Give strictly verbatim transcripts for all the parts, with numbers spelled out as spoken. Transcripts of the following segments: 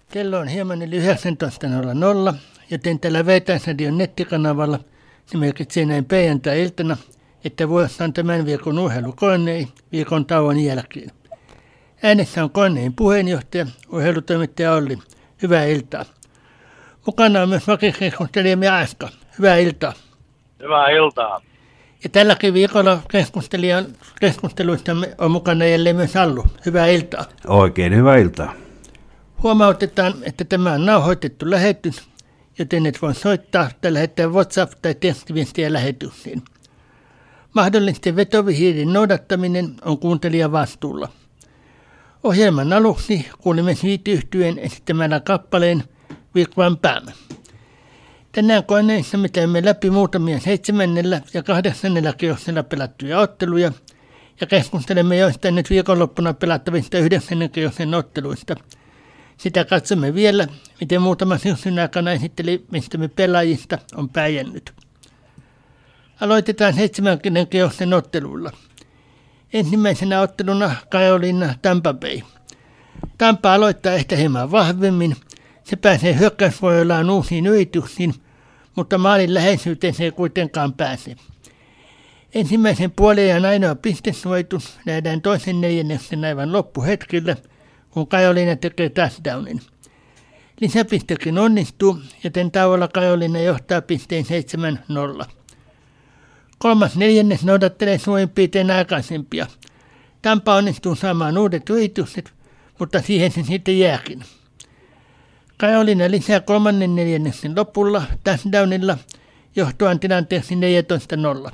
Kello on hieman yli yhdeksäntoista nolla nolla, joten tällä Veitaisradion nettikanavalla se merkitsee näin perjantai-iltana, että vuorossa on tämän viikon urheilu Kornei viikon tauon jälkeen. Äänessä on Kornein puheenjohtaja, urheilutoimittaja Olli. Hyvää iltaa. Mukana on myös vakikeskustelijamme Aska. Hyvää iltaa. Hyvää iltaa. Ja tälläkin viikolla keskusteluista on mukana jälleen myös Allu. Hyvää iltaa. Oikein hyvää iltaa. Huomautetaan, että tämä on nauhoitettu lähetys, joten et voi soittaa tai lähettää WhatsApp- tai tekstiviestiä lähetyksiin. Mahdollisten vetovihiiden noudattaminen on kuuntelijan vastuulla. Ohjelman aluksi kuulimme Sweet-yhtyeen esittämällä kappaleen Wigwam Bam. Tänään koneissa me käymme läpi muutamia seitsemännellä ja kahdeksannella kierroksella pelattuja otteluja ja keskustelemme joistain nyt viikonloppuna pelattavista yhdeksännen kierroksen otteluista. Sitä katsomme vielä, miten muutama syksyn aikana esittelemistämme pelaajista on pärjännyt. Aloitetaan seitsemännen kierroksen otteluilla. Ensimmäisenä otteluna Carolina Tampa Bay. Tampa aloittaa ehkä hieman vahvemmin. Se pääsee hyökkäysvuorollaan uusiin yrityksiin, mutta maalin läheisyyteen se ei kuitenkaan pääse. Ensimmäisen puolen ainoa pistesuoritus nähdään toisen neljänneksen aivan loppuhetkellä, kun Carolina tekee touchdownin. Lisäpistekin onnistuu, joten tauolla Carolina johtaa pisteen seitsemän nolla. Kolmas neljännes noudattelee suurin piirtein aikaisempia. Tampa onnistuu saamaan uudet yritykset, mutta siihen se sitten jääkin. Carolina lisää kolmannen neljänneksen lopulla touchdownilla johtuen tilanteeksi neljätoista nolla.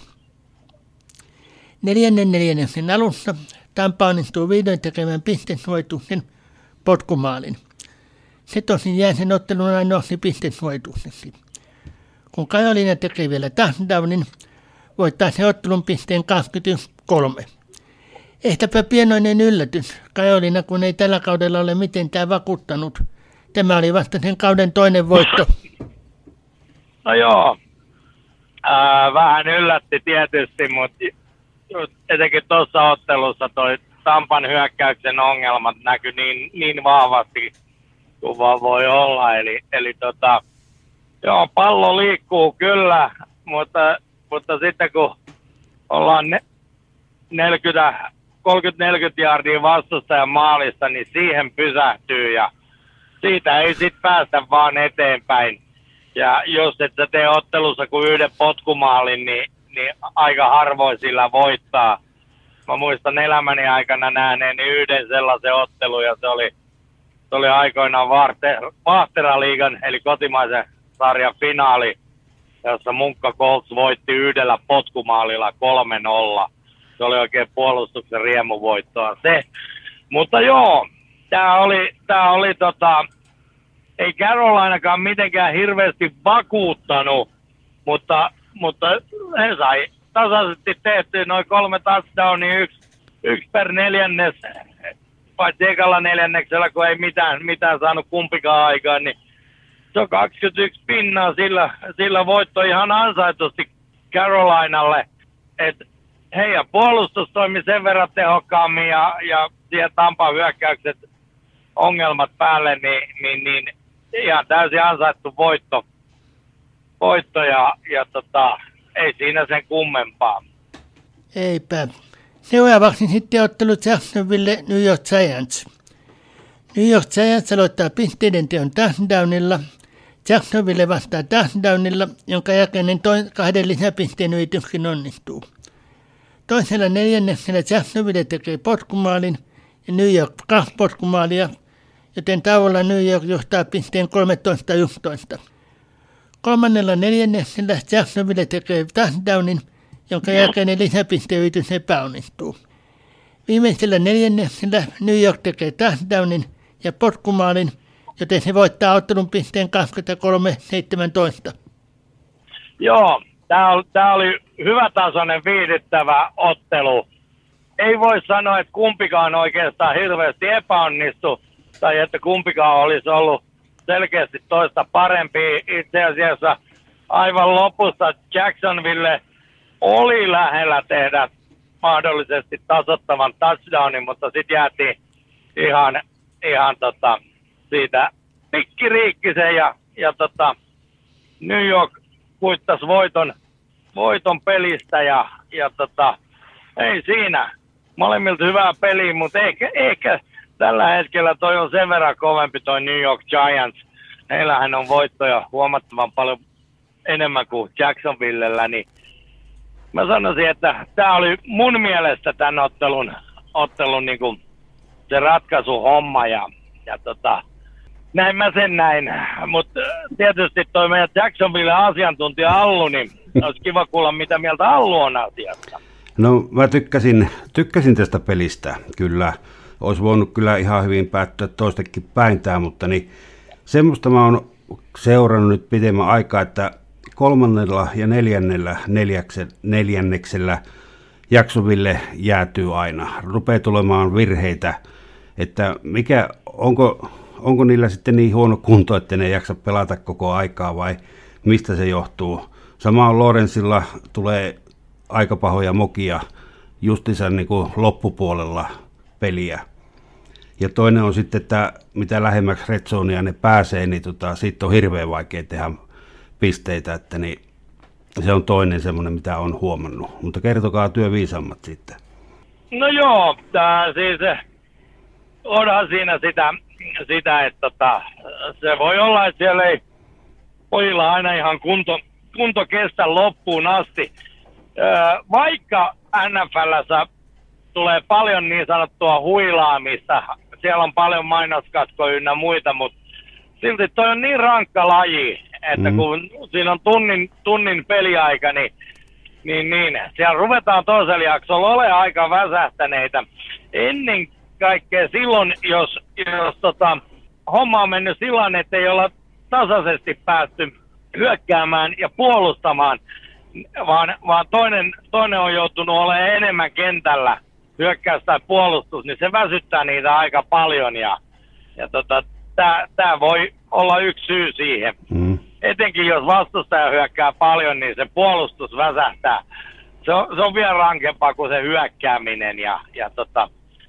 Neljännen neljänneksen alussa Tampa onnistuu vihdoin tekemään pistesuorituksen potkumaalin. Se tosin jää sen ottelun ainoaksi pistesuoritukseksi. Kun Carolina tekee vielä touchdownin, voittaa se ottelun pisteen kaksikymmentäyksi kolme. Ehkäpä pienoinen yllätys Carolina, kun ei tällä kaudella ole mitenkään vakuuttanut. Tämä oli vasta sen kauden toinen voitto. No joo, Ää, vähän yllätti tietysti, mutta etenkin tuossa ottelussa toi Tampan hyökkäyksen ongelmat näkyi niin, niin vahvasti kuin vaan voi olla. Eli, eli tota, joo, pallo liikkuu kyllä, mutta, mutta sitten kun ollaan neljäkymmentä, kolmekymmentä neljäkymmentä jardia vastustajan maalissa, niin siihen pysähtyy ja siitä ei sitten päästä vaan eteenpäin. Ja jos et sä tee ottelussa kuin yhden potkumaalin, niin, niin aika harvoin sillä voittaa. Mä muistan elämäni aikana nähneeni yhden sellaisen ottelun, ja se oli, se oli aikoinaan Vahteraliigan, eli kotimaisen sarjan finaali, jossa Munkka Colts voitti yhdellä potkumaalilla kolme nolla. Se oli oikein puolustuksen riemuvoittoa se. Mutta joo, tää oli, tää oli tota... Ei Carolinakaan mitenkään hirveästi vakuuttanut, mutta, mutta he sai tasaisesti tehtyä noin kolme touchdownia, yksi, yksi per neljännes, paitsi ekalla neljänneksellä, kun ei mitään, mitään saanut kumpikaan aikaan, niin se on kaksikymmentäyksi pinnaa, sillä, sillä voitto ihan ansaitusti Carolinalle, että heidän puolustus toimi sen verran tehokkaammin ja, ja siihen Tampan hyökkäykset ongelmat päälle, niin, niin, niin ihan täysin ansaittu voitto, voitto ja, ja tota, ei siinä sen kummempaa. Eipä. Seuraavaksi sitten ottelut Jacksonville New York Giants. New York Giants aloittaa pisteiden teon touchdownilla. Jacksonville vastaa touchdownilla, jonka jälkeinen toi, kahden lisäpisteen yrityskin onnistuu. Toisella neljänneksellä Jacksonville tekee potkumaalin ja New York kaksi potkumaalia, joten tauolla New York johtaa pisteen kolmetoista yksitoista. Kolmannella neljänneksellä Jacksonville tekee touchdownin, jonka jälkeinen lisäpisteyritys epäonnistuu. Viimeisellä neljänneksellä New York tekee touchdownin ja potkumaalin, joten se voittaa ottelun pisteen kaksikymmentäkolme seitsemäntoista. Joo, tämä oli, tää oli hyvätasoinen viihdyttävä ottelu. Ei voi sanoa, että kumpikaan oikeastaan hirveästi epäonnistu, tai että kumpikaan olisi ollut selkeästi toista parempi. Itse asiassa aivan lopussa Jacksonville oli lähellä tehdä mahdollisesti tasoittavan touchdownin, mutta sitten jäätiin ihan, ihan tota, siitä pikkiriikkisen ja, ja tota, New York kuittasi voiton, voiton pelistä ja, ja tota, ei siinä. Molemmilta hyvää peliä, mutta ehkä, ehkä tällä hetkellä toi on sen verran kovempi toi New York Giants. Heillähän on voittoja huomattavan paljon enemmän kuin Jacksonvillellä, niin mä sanoisin, että tämä oli mun mielestä tämän ottelun, ottelun niin kuin se ratkaisuhomma ja, ja tota, näin mä sen näin. Mutta tietysti toi meidän Jacksonville asiantuntija Allu, niin olisi kiva kuulla, mitä mieltä Allu on asiasta. No mä tykkäsin, tykkäsin tästä pelistä, kyllä. Olisi voinut kyllä ihan hyvin päättyä toistakin päintään, mutta niin semmoista mä oon seurannut nyt pidemmän aikaa, että kolmannella ja neljännellä neljäkse, neljänneksellä Jacksonville jäätyy aina. Rupeaa tulemaan virheitä, että mikä, onko, onko niillä sitten niin huono kunto, että ne ei jaksa pelata koko aikaa vai mistä se johtuu. Sama on Lorenzilla, tulee aika pahoja mokia justiinsa niin kuin loppupuolella peliä. Ja toinen on sitten, että mitä lähemmäksi red zonea ne pääsee, niin tota, siitä on hirveän vaikea tehdä pisteitä, että niin se on toinen semmoinen, mitä on huomannut. Mutta kertokaa työviisammat sitten. No joo, tää, siis onhan siinä sitä, sitä että tota, se voi olla, että siellä ei pojilla aina ihan kunto, kunto kestä loppuun asti. Vaikka N F L:ssä tulee paljon niin sanottua huilaamista, siellä on paljon mainoskatkoja ynnä muita, mutta silti toi on niin rankka laji, että mm. kun siinä on tunnin, tunnin peliaika, niin, niin, niin siellä ruvetaan toisella jaksolla olemaan aika väsähtäneitä. Ennen kaikkea silloin, jos, jos tota, homma on mennyt silloin, että ei olla tasaisesti päästy hyökkäämään ja puolustamaan, vaan, vaan toinen, toinen on joutunut olemaan enemmän kentällä hyökkäys tai puolustus, niin se väsyttää niitä aika paljon ja, ja tota, tämä voi olla yksi syy siihen. Mm. Etenkin jos vastustaja hyökkää paljon, niin se puolustus väsähtää. Se on, se on vielä rankempaa kuin se hyökkääminen ja, ja tota,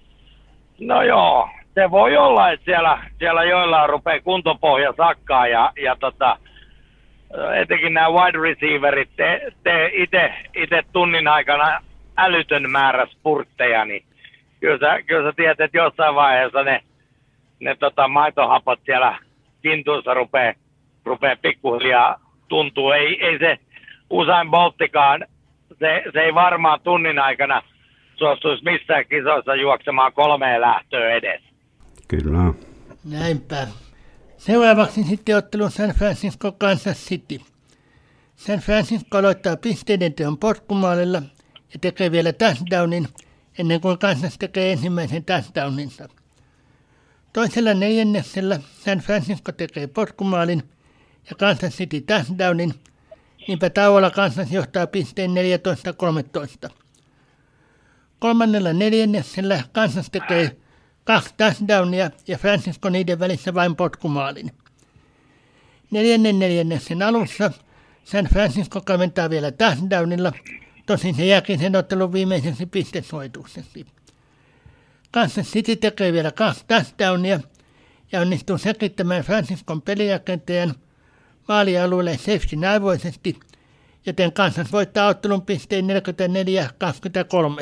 no joo, se voi olla, että siellä, siellä joillain rupeaa kuntopohja sakkaa ja, ja tota, etenkin nämä wide receiverit, te, te itse tunnin aikana älytön määrä spurtteja, niin kyllä sä, kyllä sä tiedät, että jossain vaiheessa ne, ne tota, maitohapot siellä kintuissa rupeaa rupea pikkuhiljaa tuntuu. Ei, ei se Usain Bolttikaan, se, se ei varmaan tunnin aikana suostuisi missään kisoissa juoksemaan kolmeen lähtöön edes. Kyllä. Näinpä. Seuraavaksi sitten ottelu San Francisco Kansas City. San Francisco aloittaa pisteiden teon potkumaalilla ja tekee vielä touchdownin ennen kuin Kansas tekee ensimmäisen touchdowninsa. Toisella neljänneksellä San Francisco tekee potkumaalin ja Kansas City touchdownin, niinpä tauolla Kansas johtaa pisteen neljätoista kolmetoista. Kolmannella neljänneksellä Kansas tekee kaksi touchdownia ja Francisco niiden välissä vain potkumaalin. Neljännen neljänneksen alussa San Francisco kaventaa vielä touchdownilla, tosin se jääkin sen ottelun viimeiseksi pistesuoritukseksi. Kansas City tekee vielä kaksi touchdownia ja onnistuu sekittämään Franciscon pelirakentajan maalialueelle safetyn aivoisesti, joten Kansas voittaa ottelun pisteen neljäkymmentäneljä kaksikymmentäkolme.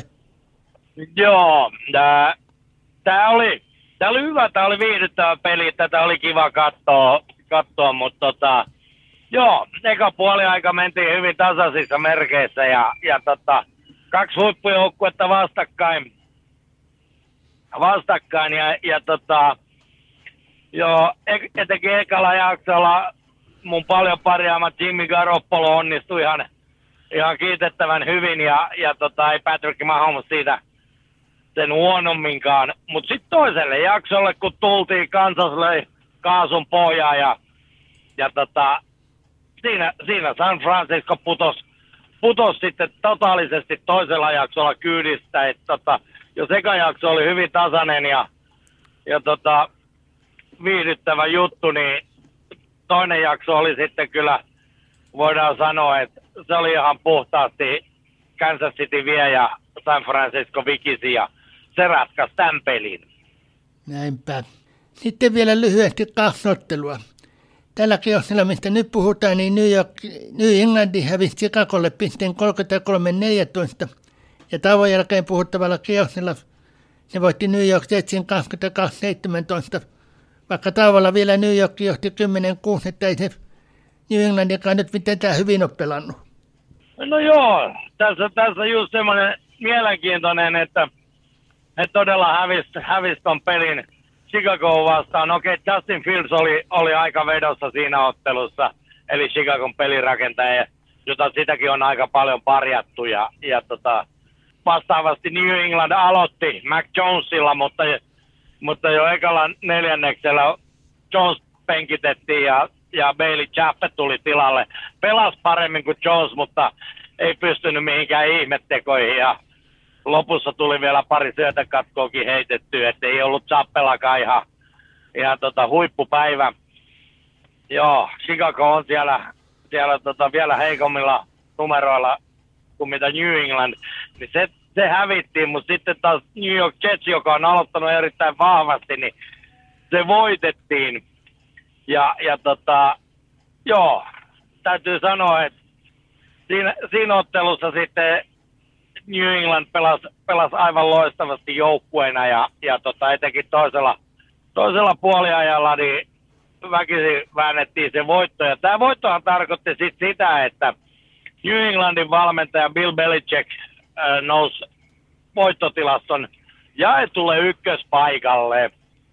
Joo, tää, tää, oli, tää oli hyvä, tää oli viihdyttävä peli, tätä oli kiva katsoa, katsoa mutta tota, joo, eka puoliaika mentiin hyvin tasaisissa merkeissä ja, ja tota, kaksi huippujoukkuetta vastakkain, vastakkain ja, ja tota, joo, etenkin ekalla jaksolla mun paljon parjaama Jimmy Garoppolo onnistui ihan, ihan kiitettävän hyvin ja, ja tota, ei Patrick Mahomes siitä sen huonomminkaan. Mutta sitten toiselle jaksolle, kun tultiin, Kansas löi kaasun pohjaa ja, ja tota, siinä, siinä San Francisco putosi putos sitten totaalisesti toisella jaksolla kyydistä. Et tota, jos eka jakso oli hyvin tasainen ja, ja tota, viihdyttävä juttu, niin toinen jakso oli sitten kyllä, voidaan sanoa, että se oli ihan puhtaasti Kansas City vie ja San Francisco vikisi ja se ratkaisi tämän pelin. Näinpä. Sitten vielä lyhyesti kaksi ottelua. Tällä kierroksella, mistä nyt puhutaan, niin New, York, New England hävisi Chicagolle pisteen kolmekymmentäkolme neljätoista. Ja tauon jälkeen puhuttavalla kierroksella ne voitti New York Jetsin kaksikymmentäkaksi seitsemäntoista. Vaikka tauolla vielä New York johti kymmenen kuusi, että ei se New Englandikaan nyt mitenkään hyvin ole pelannut. No joo, tässä, tässä just semmoinen mielenkiintoinen, että he todella hävisi hävis ton pelin Chicagoa vastaan. Okei, okay, Justin Fields oli, oli aika vedossa siinä ottelussa, eli Chicagon pelirakentaja, jota sitäkin on aika paljon parjattu. Ja, ja tota, vastaavasti New England aloitti Mac Jonesilla, mutta, mutta jo ekalla neljänneksellä Jones penkitettiin ja, ja Bailey Chappett tuli tilalle. Pelasi paremmin kuin Jones, mutta ei pystynyt mihinkään ihmettekoihin. Ja lopussa tuli vielä pari syötäkatkoakin heitettyä, että ei ollut Chappellakaan ihan, ihan tota huippupäivä. Joo, Chicago on siellä, siellä tota vielä heikommilla numeroilla kuin mitä New England. Niin se, se hävittiin, mutta sitten taas New York Jets, joka on aloittanut erittäin vahvasti, niin se voitettiin. Ja, ja tota, joo, täytyy sanoa, että siinä, siinä ottelussa sitten New England pelasi, pelasi aivan loistavasti joukkueena ja, ja tota, etenkin toisella, toisella puoliajalla niin väkisin väännettiin se voitto. Ja tämä voittohan tarkoitti sit sitä, että New Englandin valmentaja Bill Belichick äh, nousi voittotilaston jaetulle ykköspaikalle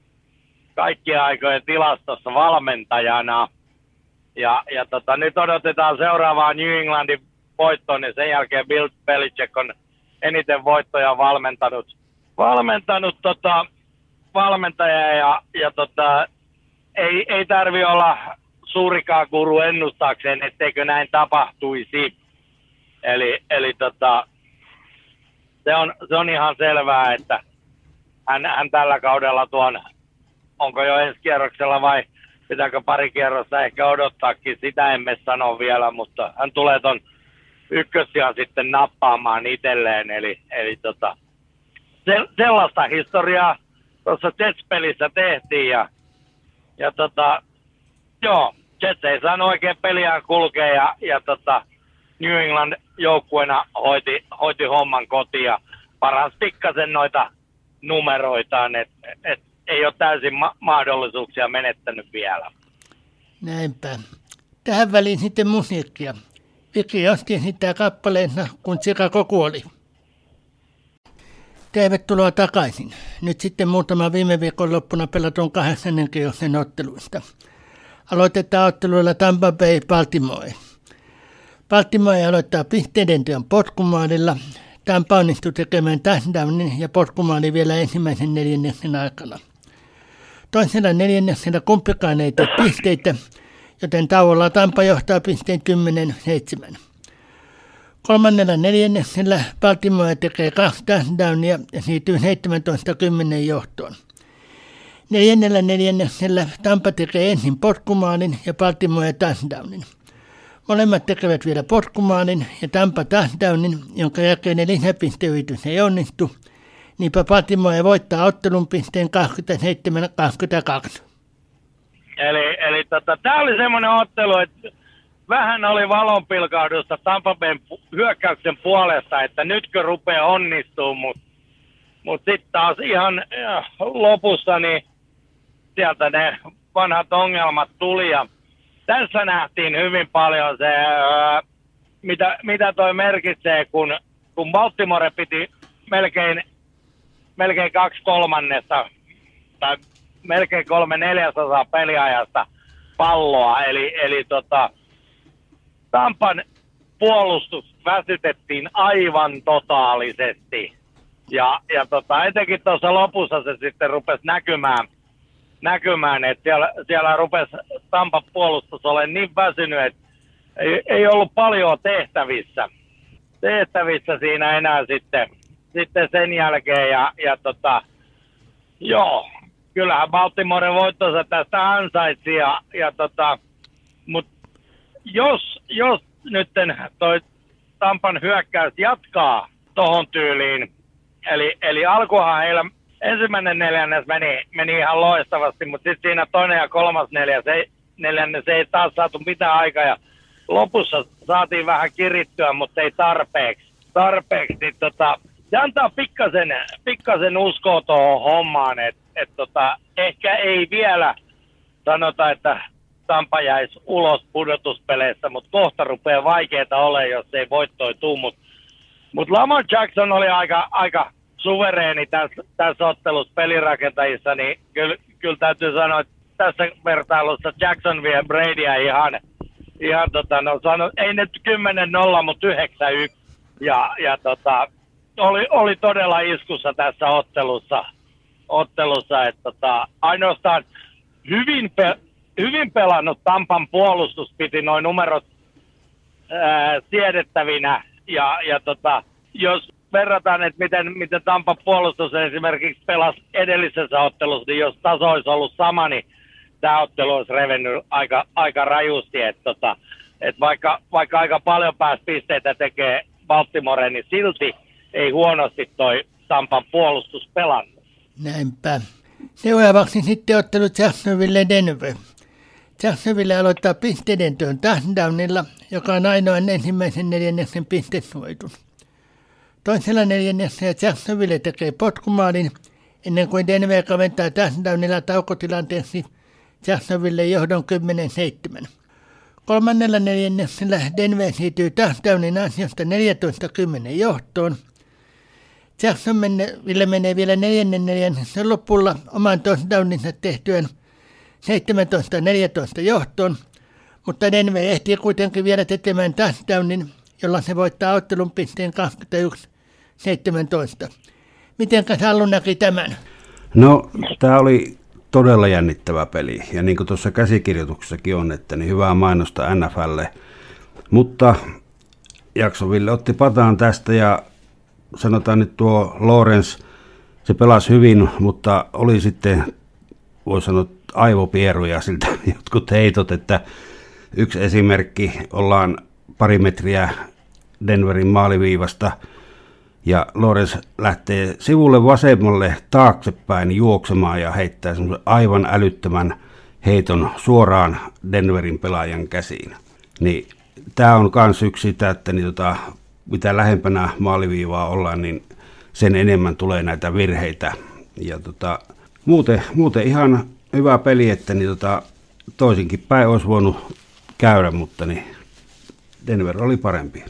kaikkien aikojen tilastossa valmentajana. Ja, ja tota, nyt odotetaan seuraavaa New Englandin voittoon, niin sen jälkeen Bill Belichick on eniten voittoja valmentanut, valmentanut tota, valmentaja ja, ja tota, ei, ei tarvi olla suurikaan guru ennustaakseen, etteikö näin tapahtuisi. Eli, eli tota, se, on, se on ihan selvää, että hän, hän tällä kaudella tuon, onko jo ensi kierroksella vai pitääkö pari kierrosta ehkä odottaakin, sitä emme sano vielä, mutta hän tulee ton ykkössiä sitten nappaamaan itselleen, eli, eli tota, se, sellaista historiaa tuossa Jets-pelissä tehtiin, ja, ja tota, joo, Jets ei saanut oikein peliään kulkea, ja, ja tota, New England joukkueena hoiti, hoiti homman kotiin, ja paransi pikkasen noita numeroitaan, että et, ei ole täysin ma- mahdollisuuksia menettänyt vielä. Näinpä. Tähän väliin sitten musiikkia. Viki osti sitä kappaleena, kun Chicago kuoli. Tervetuloa takaisin. Nyt sitten muutama viime viikon loppuna pelatun kahdeksannen kierroksen otteluista. Aloitetaan otteluilla Tampa Bay Baltimore. Baltimore aloittaa pisteiden työn potkumaalilla. Tampa onnistui tekemään touchdownin ja potkumaali vielä ensimmäisen neljänneksen aikana. Toisella neljänneksellä kumpikaan ei tee pisteitä, joten tauolla Tampa johtaa pisteen kymmenen seitsemän. Kolmannella neljänneksellä Baltimore tekee kaksi touchdownia ja siirtyy seitsemäntoista kymmenen johtoon. Neljännellä neljänneksellä Tampa tekee ensin potkumaalin ja Baltimore touchdownin. Molemmat tekevät vielä potkumaalin ja Tampa touchdownin, jonka jälkeinen lisäpisteyritys ei onnistu. Niinpä Baltimore voittaa ottelun pisteen kaksikymmentäseitsemän kaksikymmentäkaksi. Eli, eli tota, tämä oli semmoinen ottelu, että vähän oli valonpilkahdusta Tampa Bayn hyökkäyksen puolesta, että nytkö rupeaa onnistuu, mutta mut sitten taas ihan ja, lopussa niin sieltä ne vanhat ongelmat tuli. Ja tässä nähtiin hyvin paljon se, ää, mitä, mitä toi merkitsee, kun, kun Baltimore piti melkein, melkein kaksi kolmannesta tai melkein kolme neljäsosaa peliajasta palloa, eli, eli tota, Tampan puolustus väsytettiin aivan totaalisesti. Ja, ja tota, etenkin tuossa lopussa se sitten rupesi näkymään, näkymään että siellä, siellä rupesi Tampan puolustus olemaan niin väsynyt, että ei, ei ollut paljon tehtävissä, tehtävissä siinä enää sitten, sitten sen jälkeen. Ja, ja tota, joo, kyllähän Baltimore voittonsa tästä ansaitsi, ja, ja tota, mutta jos, jos nyt toi Tampan hyökkäys jatkaa tohon tyyliin, eli, eli alkuhan heillä ensimmäinen neljännes meni, meni ihan loistavasti, mutta sitten siinä toinen ja kolmas neljäs ei, neljännes ei taas saatu mitään aikaa. Ja lopussa saatiin vähän kirittyä, mutta ei tarpeeksi. tarpeeksi niin tota, se antaa pikkasen, pikkasen uskoa tuohon hommaan, että et tota, ehkä ei vielä sanota, että Tampa jäisi ulos pudotuspeleissä, mutta kohta rupeaa vaikeaa olemaan, jos ei voittoi tuu. Mutta mut Lamar Jackson oli aika, aika suvereeni tässä, tässä ottelussa pelirakentajissa, niin kyllä, kyllä täytyy sanoa, että tässä vertailussa Jackson vie Bradyä ihan, ihan tota, no sano, ei nyt kymmenen nolla, mutta yhdeksän yksi. Ja, ja tota, oli, oli todella iskussa tässä ottelussa, ottelussa että tota, ainoastaan hyvin, pe, hyvin pelannut Tampan puolustus piti noin numerot ää, siedettävinä. Ja, ja tota, jos verrataan, että miten, miten Tampan puolustus esimerkiksi pelasi edellisessä ottelussa, niin jos taso olisi ollut sama, niin tämä ottelu olisi revennyt aika, aika rajusti. Että tota, et vaikka, vaikka aika paljon pääsi pisteitä tekee Baltimore, niin silti ei huonosti toi Tampan puolustus pelannut. Näinpä. Seuraavaksi sitten ottelu Jacksonville Denver. Jacksonville aloittaa pisteiden työn touchdownilla, joka on ainoan ensimmäisen neljänneksen pistesuoritus. Toisella neljänneksellä Jacksonville tekee potkumaalin, ennen kuin Denver kaventaa touchdownilla taukotilanteeksi Jacksonville johdon kymmenen seitsemän. Kolmannella neljänneksellä Denver siirtyy touchdownin ansiosta neljätoista kymmenen johtoon. Jacksonville menee vielä neljännen neljänneksen lopulla oman touchdowninsa tehtyään seitsemäntoista neljätoista johtoon, mutta Denver ehtii kuitenkin vielä tekemään touchdownin, jolla se voittaa ottelun pisteen kaksikymmentäyksi seitsemäntoista. Mitenkä Sallu näki tämän? No, tämä oli todella jännittävä peli, ja niin kuin tuossa käsikirjoituksessakin on, että niin hyvää mainosta N F L:lle, mutta Jacksonville otti pataan tästä, ja sanotaan nyt tuo Lawrence, se pelasi hyvin, mutta oli sitten, voi sanoa, aivopieruja siltä jotkut heitot, että yksi esimerkki, ollaan pari metriä Denverin maaliviivasta, ja Lawrence lähtee sivulle vasemmalle taaksepäin juoksemaan ja heittää semmoisen aivan älyttömän heiton suoraan Denverin pelaajan käsiin. Niin tämä on myös yksi sitä, että niin tota, mitä lähempänä maaliviivaa ollaan, niin sen enemmän tulee näitä virheitä. Ja tota, muuten, muuten ihan hyvä peli, että niin tota, toisinkin päin olisi voinut käydä, mutta niin Denver oli parempi.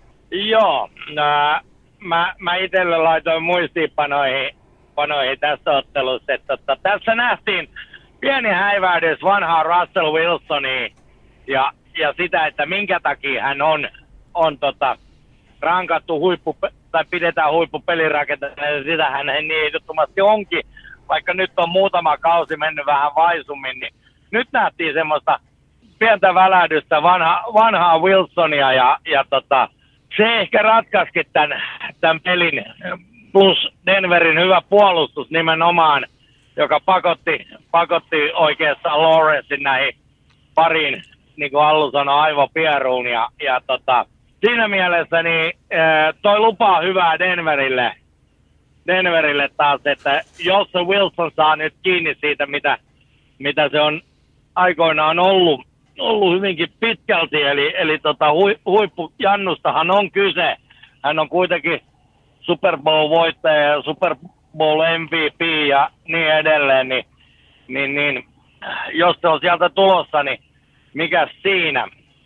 Joo, nää. Mä, mä itselle laitoin muistiinpanoihin panoihin tässä ottelussa, että että tässä nähtiin pieni häivähdys vanhaa Russell Wilsonia ja, ja sitä, että minkä takia hän on, on tota, rankattu huippu, tai pidetään huippupelirakentajana, ja sitä hän niin ehdottomasti onkin, vaikka nyt on muutama kausi mennyt vähän vaisummin, niin nyt nähtiin semmoista pientä välähdystä vanha, vanhaa Wilsonia ja, ja tota, se ehkä ratkaisikin tämän, tämän pelin, plus Denverin hyvä puolustus nimenomaan, joka pakotti, pakotti oikeastaan Lawrencen näihin pariin, niin kuin Allu sanoi, aivopieruun. Ja, ja tota, siinä mielessä niin, toi lupaa hyvää Denverille, Denverille taas, että jos se Wilson saa nyt kiinni siitä, mitä, mitä se on aikoinaan ollut, ollut hyvinkin pitkälti, eli, eli tota, hui, huippujannustahan on kyse. Hän on kuitenkin Super Bowl-voittaja ja Super Bowl M V P ja niin edelleen, niin, niin, niin jos se on sieltä tulossa, niin mikä siinä?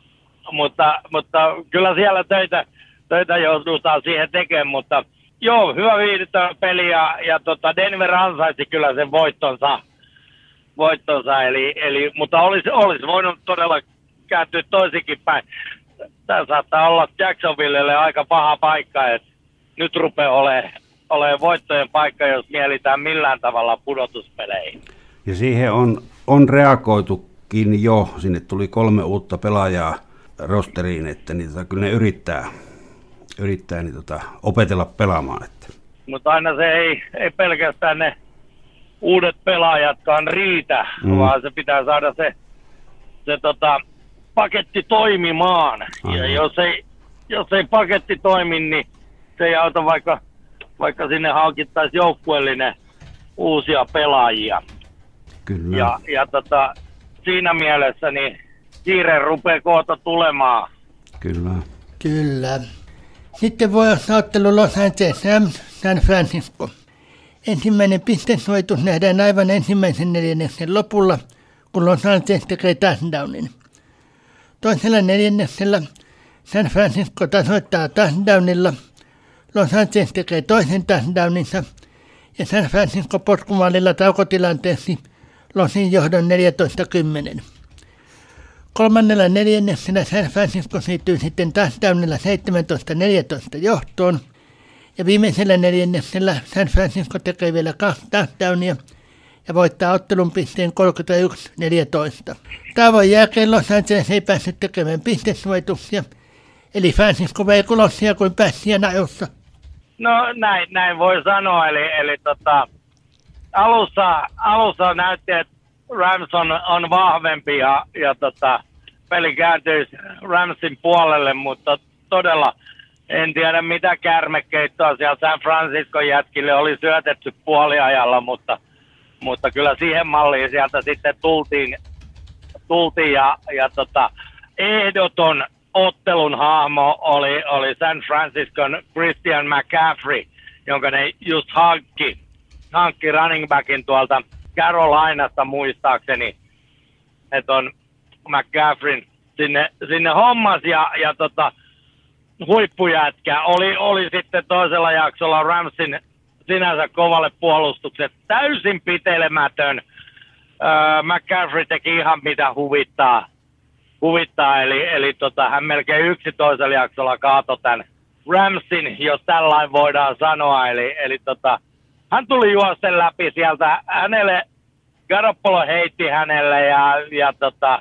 Mutta, mutta kyllä siellä töitä, töitä joudutaan siihen tekemään, mutta joo, hyvä viihdyttävä peli ja, ja tota Denver ansaitsi kyllä sen voittonsa. voittonsa, eli, eli, mutta olisi, olisi voinut todella kääntyä toisinkin päin. Tämä saattaa olla Jacksonvillelle aika paha paikka, että nyt rupeaa olemaan, olemaan voittojen paikka, jos mielitään millään tavalla pudotuspeleihin. Ja siihen on, on reagoitukin jo, sinne tuli kolme uutta pelaajaa rosteriin, että niitä kyllä ne yrittää, yrittää niin tota, opetella pelaamaan. Että. Mutta aina se ei, ei pelkästään ne uudet pelaajatkaan riitä, mm. vaan se pitää saada se, se tota, paketti toimimaan. Aivan. Ja jos ei, jos ei paketti toimi, niin se ei auta, vaikka, vaikka sinne hankittaisiin joukkueellinen uusia pelaajia. Kyllä. Ja, ja tota, siinä mielessä niin kiire rupeaa kohta tulemaan. Kyllä. Kyllä. Sitten voi olla ottelu Los Angeles San Francisco. Ensimmäinen pistesuoritus nähdään aivan ensimmäisen neljänneksen lopulla, kun Los Angeles tekee touchdownin. Toisella neljänneksellä San Francisco tasoittaa touchdownilla, Los Angeles tekee toisen touchdowninsa ja San Francisco potkumaalilla taukotilanteeksi Losin johdon neljätoista kymmenen. Kolmannella neljänneksellä San Francisco siirtyy sitten touchdownilla seitsemäntoista neljätoista johtoon ja viimeisellä neljänneksellä San Francisco tekee vielä kaksi touchdownia ja voittaa ottelun pisteen kolmekymmentäyksi neljätoista. Tauon jälkeen Los Angeles ei päässyt tekemään pistesuorituksia, eli Francisco vei kulossia kuin pässiä najossa. No näin, näin voi sanoa, eli, eli tota, alussa, alussa näytti, että Rams on, on vahvempi ja, ja tota, peli kääntyi Ramsin puolelle, mutta todella en tiedä mitä kärmekeittoa siellä San Francisco jätkille oli syötetty puoliajalla, mutta, mutta kyllä siihen malliin sieltä sitten tultiin, tultiin ja, ja tota, ehdoton ottelun hahmo oli, oli San Franciscon Christian McCaffrey, jonka ne just hankki, hankki running backin tuolta Carolinasta muistaakseni, että on McCaffreyn sinne, sinne hommas ja, ja tota, huippujätkä oli, oli sitten toisella jaksolla Ramsin sinänsä kovalle puolustukselle täysin pitelemätön. Öö, McCaffrey teki ihan mitä huvittaa, huvittaa eli, eli tota, hän melkein yksi toisella jaksolla kaatoi tämän Ramsin, jos tällainen voidaan sanoa, eli, eli tota, hän tuli juosten läpi sieltä, hänelle, Garoppolo heitti hänelle ja, ja tota,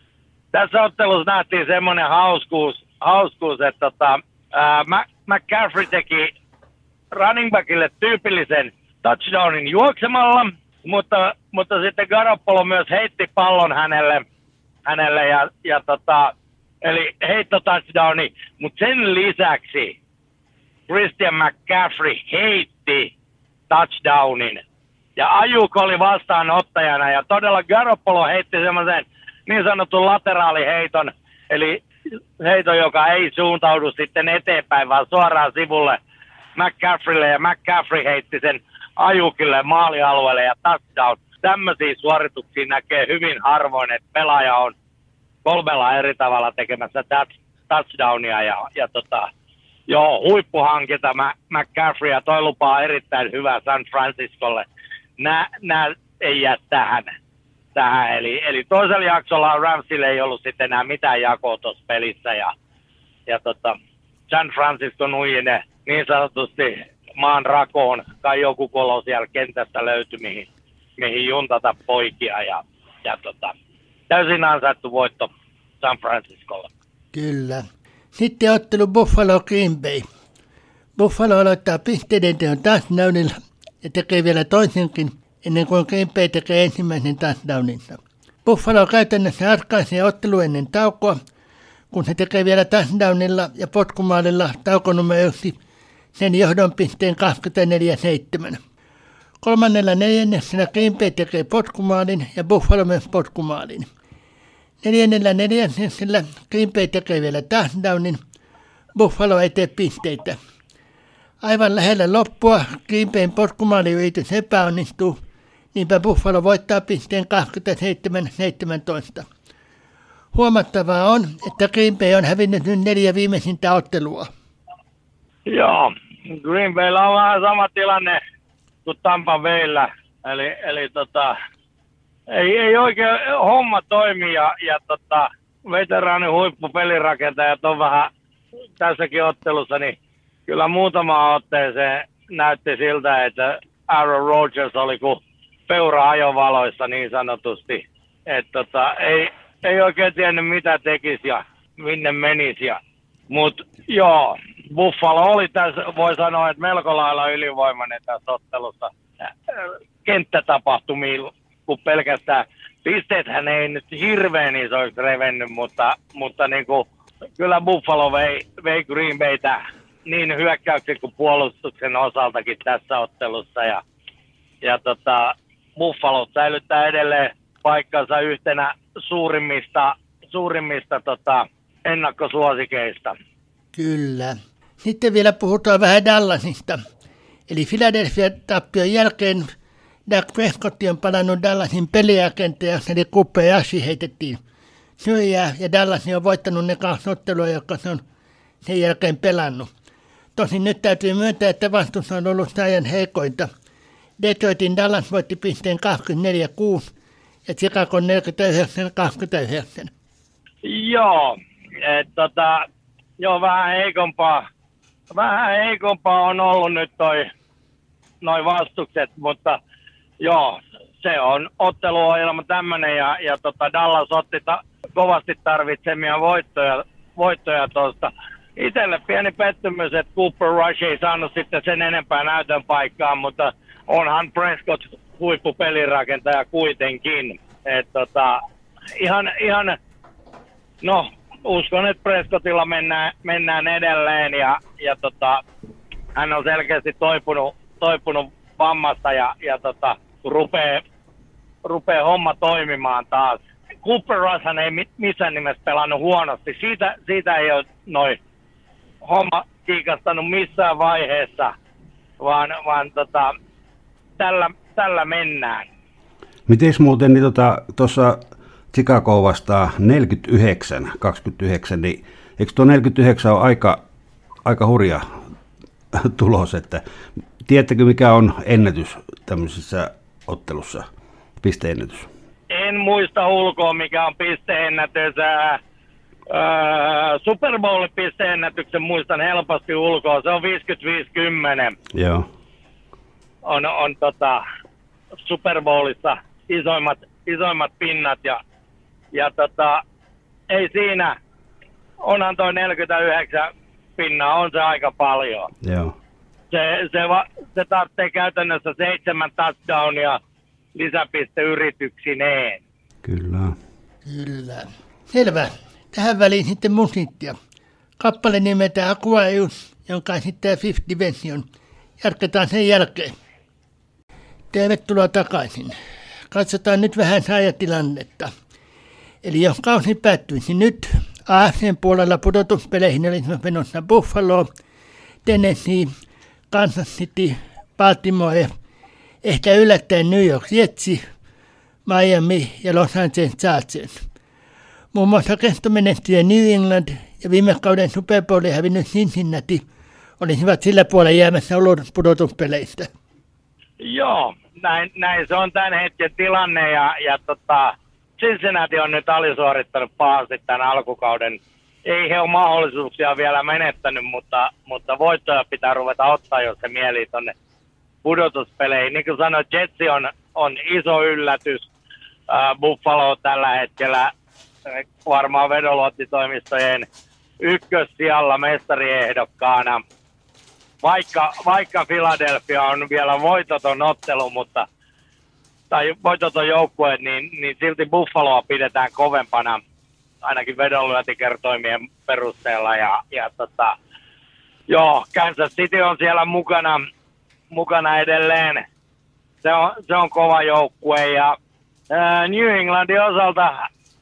tässä ottelussa nähtiin semmoinen hauskuus, hauskuus että tota, ää, McCaffrey teki running backille tyypillisen touchdownin juoksemalla, mutta, mutta sitten Garoppolo myös heitti pallon hänelle, hänelle ja, ja tota, eli heitto touchdowni, mutta sen lisäksi Christian McCaffrey heitti touchdownin. Ja Ajuk oli vastaanottajana ja todella Garoppolo heitti semmoisen niin sanotun lateraaliheiton, eli heiton, joka ei suuntaudu sitten eteenpäin, vaan suoraan sivulle McCaffreylle ja McCaffrey heitti sen Ajukille maalialueelle ja touchdown. Tämmöisiä suorituksia näkee hyvin harvoin, että pelaaja on kolmella eri tavalla tekemässä touchdownia ja, ja tota, joo, huippuhankinta McCaffrey ja toi lupaa erittäin hyvää San Franciscolle. Nää, nää ei jää tähän. tähän. Eli, eli toisella jaksolla Ramsille ei ollut sitten enää mitään jakoa tuossa pelissä ja, ja tota, San Francisco nuiji ne niin sanotusti maan rakoon, kai joku kolo siellä kentästä löytyi, mihin, mihin juntata poikia ja, ja tota, täysin ansaittu voitto San Franciscolle. Kyllä. Sitten ottelu Buffalo Green Bay. Buffalo aloittaa pisteiden teon touchdownilla ja tekee vielä toisenkin ennen kuin Green Bay tekee ensimmäisen touchdowninsa. Buffalo käytännössä ratkaisee ottelu ennen taukoa, kun se tekee vielä touchdownilla ja potkumaalilla tauko numero yksi sen johdon pisteen kaksikymmentäneljä seitsemän. Kolmannella neljänneksellä Green Bay tekee potkumaalin ja Buffalo myös potkumaalin. Neljännellä neljänneksellä Green Bay tekee vielä touchdownin, Buffalo ei tee pisteitä. Aivan lähellä loppua Green Bayn potkumaaliyritys epäonnistuu, niinpä Buffalo voittaa pisteen kaksikymmentäseitsemän seitsemäntoista. Huomattavaa on, että Green Bay on hävinnyt nyt neljä viimeisintä ottelua. Joo, Green Baylla on vähän sama tilanne kuin Tampa Bayllä, eli, eli tota, ei, ei oikein homma toimi ja, ja tota, veteraanin huippupelirakentajat on vähän tässäkin ottelussa, niin kyllä muutama otteeseen näytti siltä, että Aaron Rodgers oli kuin peura ajovaloissa niin sanotusti. Että tota, ei, ei oikein tiennyt mitä tekisi ja minne menisi. Mutta joo, Buffalo oli tässä, voi sanoa, että melko lailla ylivoimainen tässä ottelussa kenttätapahtumilla, kun pelkästään pisteethän ei nyt hirveän isoiksi revennyt, mutta, mutta niin kuin, kyllä Buffalo vei, vei Green Baytä niin hyökkäyksen kuin puolustuksen osaltakin tässä ottelussa. Ja, ja tota, Buffalo säilyttää edelleen paikkansa yhtenä suurimmista, suurimmista tota, ennakkosuosikeista. Kyllä. Sitten vielä puhutaan vähän Dallasista. Eli Philadelphia-tappion jälkeen Dak Prescott on palannut Dallasin peliagentteja, eli Cooper ja Ashi heitettiin syrjää, ja Dallas on voittanut ne kaksi ottelua, jotka se on sen jälkeen pelannut. Tosin nyt täytyy myöntää, että vastus on ollut ajan heikointa. Detroitin Dallas voitti pisteen kaksikymmentäneljä kuusi ja Chicago neljäkymmentäyhdeksän kaksikymmentäyhdeksän. Joo, et, tota, joo, vähän heikompaa. Vähän heikompaa on ollut nyt toi, noi vastukset, mutta joo, se on otteluohjelma tämmönen ja, ja tota Dallas otti ta, kovasti tarvitsemia voittoja, voittoja tuosta. Itselle pieni pettymys, että Cooper Rush ei saanut sitten sen enempää näytön paikkaa, mutta onhan Prescott huippupelirakentaja kuitenkin. Et tota, ihan, ihan, no uskon, että Prescottilla mennään, mennään edelleen ja, ja tota, hän on selkeästi toipunut, toipunut vammasta ja, ja tota, rupeaa rupee homma toimimaan taas. Cooper Rushhan ei missään nimessä pelannut huonosti. Siitä, siitä ei ole noin homma kiikastanut missään vaiheessa, vaan, vaan tota, tällä, tällä mennään. Mites muuten niin tuossa tota, Chicago vastaa neljäkymmentäyhdeksän kaksikymmentäyhdeksän, niin eikö tuo neljäkymmentäyhdeksän ole aika, aika hurja tulos, että tiedättekö mikä on ennätys tämmöisessä ottelussa, pisteennätys? En muista ulkoa mikä on pisteennätys. Öö, Super Bowlin pisteennätyksen muistan helposti ulkoa, se on viisikymmentäviisi kymmenen. Joo. On, on tota, Super Bowlissa isoimmat, isoimmat pinnat ja, ja tota, ei siinä, onhan toi neljäkymmentäyhdeksän pinnaa, on se aika paljon. Joo. Se, se, va, se tarvitsee käytännössä seitsemän touchdownia lisäpisteyrityksineen. Kyllä. Kyllä. Selvä. Tähän väliin sitten musiikkia. Kappale nimetään Aquarius, jonka esittää Fifth Dimension. Jatketaan sen jälkeen. Tervetuloa takaisin. Katsotaan nyt vähän saajatilannetta. Eli jos kausi päättyisi nyt, A F C:n puolella pudotuspeleihin olisi menossa Buffalo, Tennessee, Kansas City, Baltimore, ehkä yllättäen New York Jets, Miami ja Los Angeles Chargers. Muun muassa kestomenestyjä New England ja viime kauden Super Bowlin hävinnyt Cincinnati olisivat sillä puolella jäämässä ulos pudotuspeleistä. Joo, näin, näin se on tämän hetken tilanne ja, ja tota, Cincinnati on nyt alisuorittanut pahasti tämän alkukauden. Ei he ole mahdollisuuksia vielä menettänyt, mutta, mutta voittoja pitää ruveta ottaa, jos se mieli tuonne pudotuspeleihin. Niin kuin sanoit, Jetsi on, on iso yllätys. Äh, Buffalo tällä hetkellä varmaan vedonluottitoimistojen ykkössijalla mestariehdokkaana. Vaikka, vaikka Philadelphia on vielä voitoton ottelu, mutta, tai voitoton joukkue, niin, niin silti Buffaloa pidetään kovempana, ainakin vedonlyöntikertoimien perusteella. Ja, ja tota, joo, Kansas City on siellä mukana, mukana edelleen. Se on, se on kova joukkue ja ää, New Englandin osalta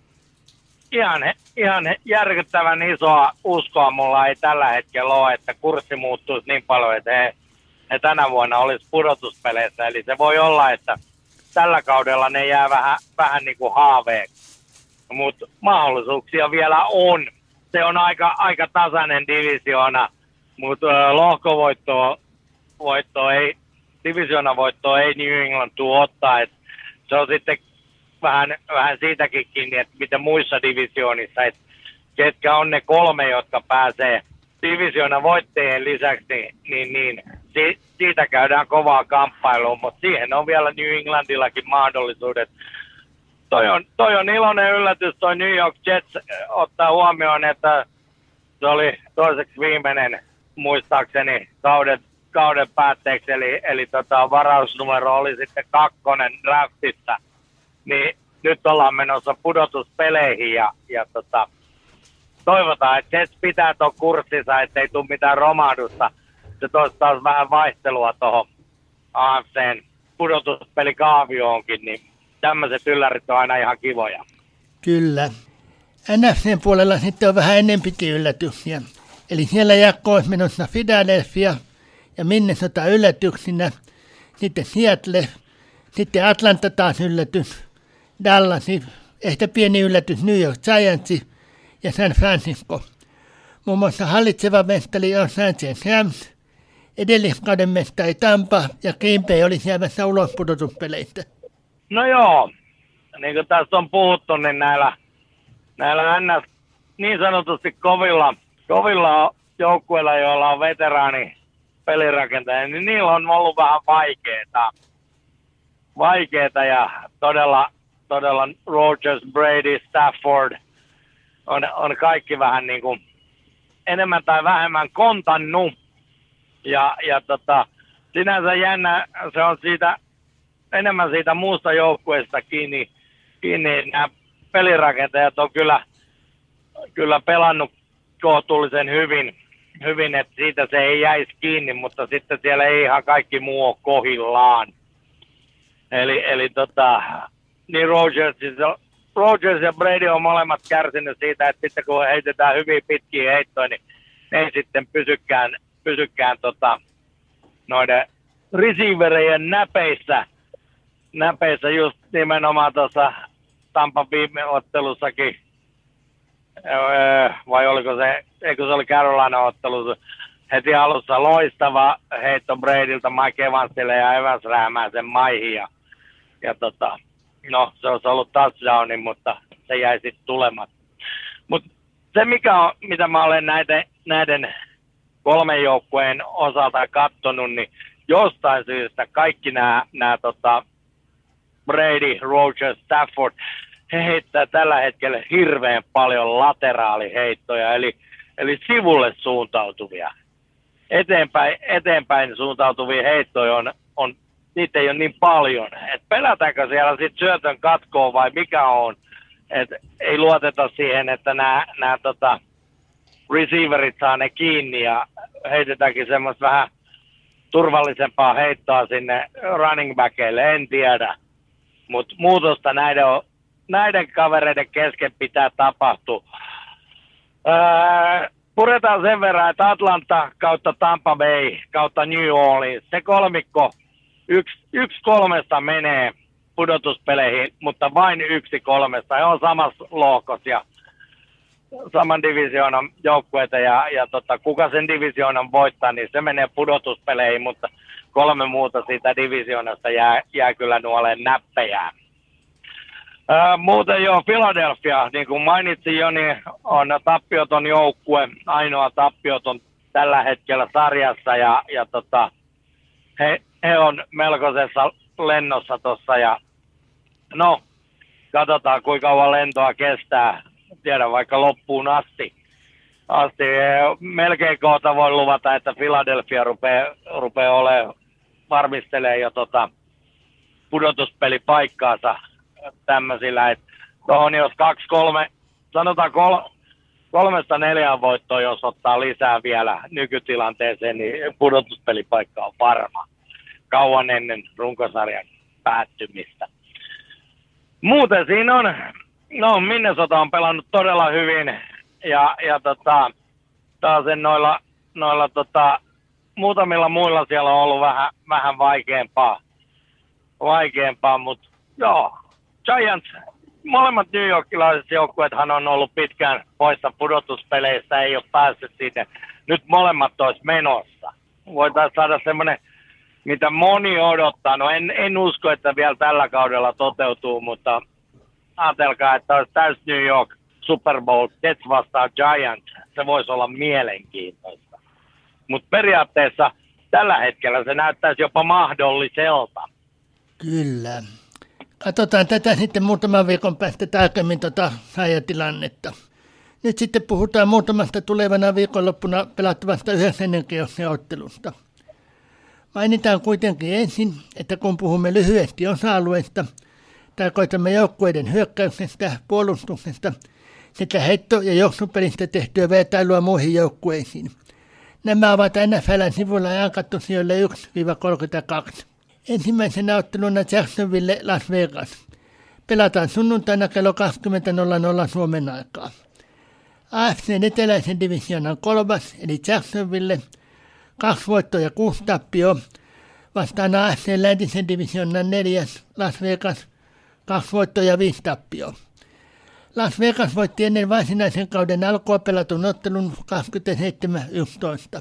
Ihan, ihan järkyttävän isoa uskoa mulla ei tällä hetkellä ole, että kurssi muuttuisi niin paljon, että he, he tänä vuonna olisi pudotuspeleissä. Eli se voi olla, että tällä kaudella ne jää vähän, vähän niin kuin haaveeksi. Mutta mahdollisuuksia vielä on. Se on aika, aika tasainen divisioona, mutta lohkovoittoa voittoa ei, divisioonavoittoa ei New England tule ottaa. Et se on sitten Vähän, vähän siitäkin kiinni, että miten muissa divisioonissa, että ketkä on ne kolme, jotka pääsee divisioonan voittajien lisäksi, niin, niin, niin si, siitä käydään kovaa kamppailua, mutta siihen on vielä New Englandillakin mahdollisuudet. Toi on, toi on iloinen yllätys, toi New York Jets ottaa huomioon, että se oli toiseksi viimeinen muistaakseni kauden, kauden päätteeksi, eli, eli tota, varausnumero oli sitten kakkonen draftissa. Niin nyt ollaan menossa pudotuspeleihin ja, ja tota, toivotaan, että Jets pitää tuon kurssinsa, ettei tule mitään romahdusta. Se toisi taas vähän vaihtelua tuohon A F C:n pudotuspelikaavioonkin, niin tämmöiset yllärit on aina ihan kivoja. Kyllä. N F C:n puolella sitten on vähän enempikin yllätyksiä. Eli siellä jakko olisi menossa Philadelphia ja Minnesota yllätyksinä. Sitten Seattle, sitten Atlanta taas yllätys, Dallas, ehkä pieni yllätys New York Giants ja San Francisco. Muun muassa hallitseva mestari on Saint Rams, edelliskauden mestari Tampa ja Green Bay oli jäämässä ulos pudotuspeleistä. No joo, niin kuin tässä on puhuttu, niin näillä, näillä N S niin sanotusti kovilla, kovilla joukkueilla, joilla on veteraani pelirakentaja, niin niillä on ollut vähän vaikeeta. Vaikeeta ja todella, todella Rodgers, Brady, Stafford on, on kaikki vähän niin kuin enemmän tai vähemmän kontannut. Ja, ja tota, sinänsä jännä, se on siitä, enemmän siitä muusta joukkueesta kiinni, kiinni. Nämä pelirakentajat on kyllä, kyllä pelannut kohtuullisen hyvin, hyvin, että siitä se ei jäisi kiinni, mutta sitten siellä ei ihan kaikki muu ole kohillaan. Eli, eli tota, niin Rodgers, Rodgers ja Brady on molemmat kärsinyt siitä, että sitten kun heitetään hyvin pitkiä heittoja, niin ne ei sitten pysykään, pysykään tota, noiden receiverien näpeissä, näpeissä just nimenomaan tuossa Tampan viime ottelussakin, öö, vai oliko se, eikö se oli Carolina-ottelu, heti alussa loistava heitto Bradylta Mike Evansille ja Evans räämää sen maihin ja, ja tota, no se olisi ollut touchdowni, mutta se jäi sitten tulematta. Mutta se mikä on, mitä mä olen näiden, näiden kolmen joukkueen osalta katsonut, niin jostain syystä kaikki nämä, nämä tota Brady, Rodgers, Stafford, he heittää tällä hetkellä hirveän paljon lateraaliheittoja, eli, eli sivulle suuntautuvia. Eteenpäin, eteenpäin suuntautuvia heittoja on, on, niitä ei ole niin paljon. Et pelätäänkö siellä sitten syötön katkoon vai mikä on? Et ei luoteta siihen, että nämä, nämä tota, receiverit saa ne kiinni ja heitetäänkin semmoista vähän turvallisempaa heittoa sinne running backeille, en tiedä. Mutta muutosta näiden, näiden kavereiden kesken pitää tapahtua. Öö, puretaan sen verran, että Atlanta kautta Tampa Bay kautta New Orleans, se kolmikko, yksi, yksi kolmesta menee pudotuspeleihin, mutta vain yksi kolmesta. He on samassa lohkossa ja saman divisioonan joukkueita ja, ja tota, kuka sen divisioonan voittaa, niin se menee pudotuspeleihin, mutta kolme muuta siitä divisioonasta jää, jää kyllä nuoleen näppejään. Ää, muuten jo Philadelphia, niin kuin mainitsin jo, niin on tappioton joukkue, ainoa tappioton tällä hetkellä sarjassa ja, ja tota, he, he on melkoisessa lennossa tuossa ja no, katsotaan kuinka kauan lentoa kestää, tiedän vaikka loppuun asti. asti. Melkein kohta voi luvata, että Philadelphia rupeaa, rupeaa olemaan, varmistelee jo tota pudotuspelipaikkaansa tämmöisillä, että tuohon jos kaksi, kolme, sanotaan kol, kolmesta neljään voittoa, jos ottaa lisää vielä nykytilanteeseen, niin pudotuspelipaikka on varma. Kauan ennen runkosarjan päättymistä. Muuten siinä on, no Minnesota on pelannut todella hyvin ja, ja tota, taas noilla, noilla tota, muutamilla muilla siellä on ollut vähän, vähän vaikeampaa, vaikeampaa, mutta joo, Giants, molemmat New Yorkilaiset joukkueethan on ollut pitkään poissa pudotuspeleistä, ei ole päässyt siitä, nyt molemmat olisi menossa. Voitaisiin saada semmoinen, mitä moni odottaa, no en, en usko, että vielä tällä kaudella toteutuu, mutta ajatelkaa, että olisi täys New York Super Bowl, Jets vastaan Giants, se voisi olla mielenkiintoista. Mutta periaatteessa tällä hetkellä se näyttäisi jopa mahdolliselta. Kyllä. Katsotaan tätä sitten muutaman viikon päästä tarkemmin tuota tilannetta. Nyt sitten puhutaan muutamasta tulevana viikonloppuna pelattavasta yhdeksännen kierroksen ottelusta. Mainitaan kuitenkin ensin, että kun puhumme lyhyesti osa-alueesta, tarkoitamme joukkueiden hyökkäyksestä, puolustuksesta sekä heitto- ja juoksupelistä tehtyä vertailua muihin joukkueisiin. Nämä ovat N F L:n sivuilla jankattu sijoille yksi kolmekymmentäkaksi. Ensimmäisenä otteluna Jacksonville Las Vegas. Pelataan sunnuntaina kello kaksikymmentä nolla nolla Suomen aikaa. A F C:n eteläisen divisioonan kolmas, eli Jacksonville, kaksi voittoa ja kuusi tappioa. Vastaan A F C:n läntisen divisioonan neljäs, Las Vegas, kaksi voittoa ja viisi tappioa. Las Vegas voitti ennen varsinaisen kauden alkua pelatun ottelun kaksikymmentäseitsemän yksitoista.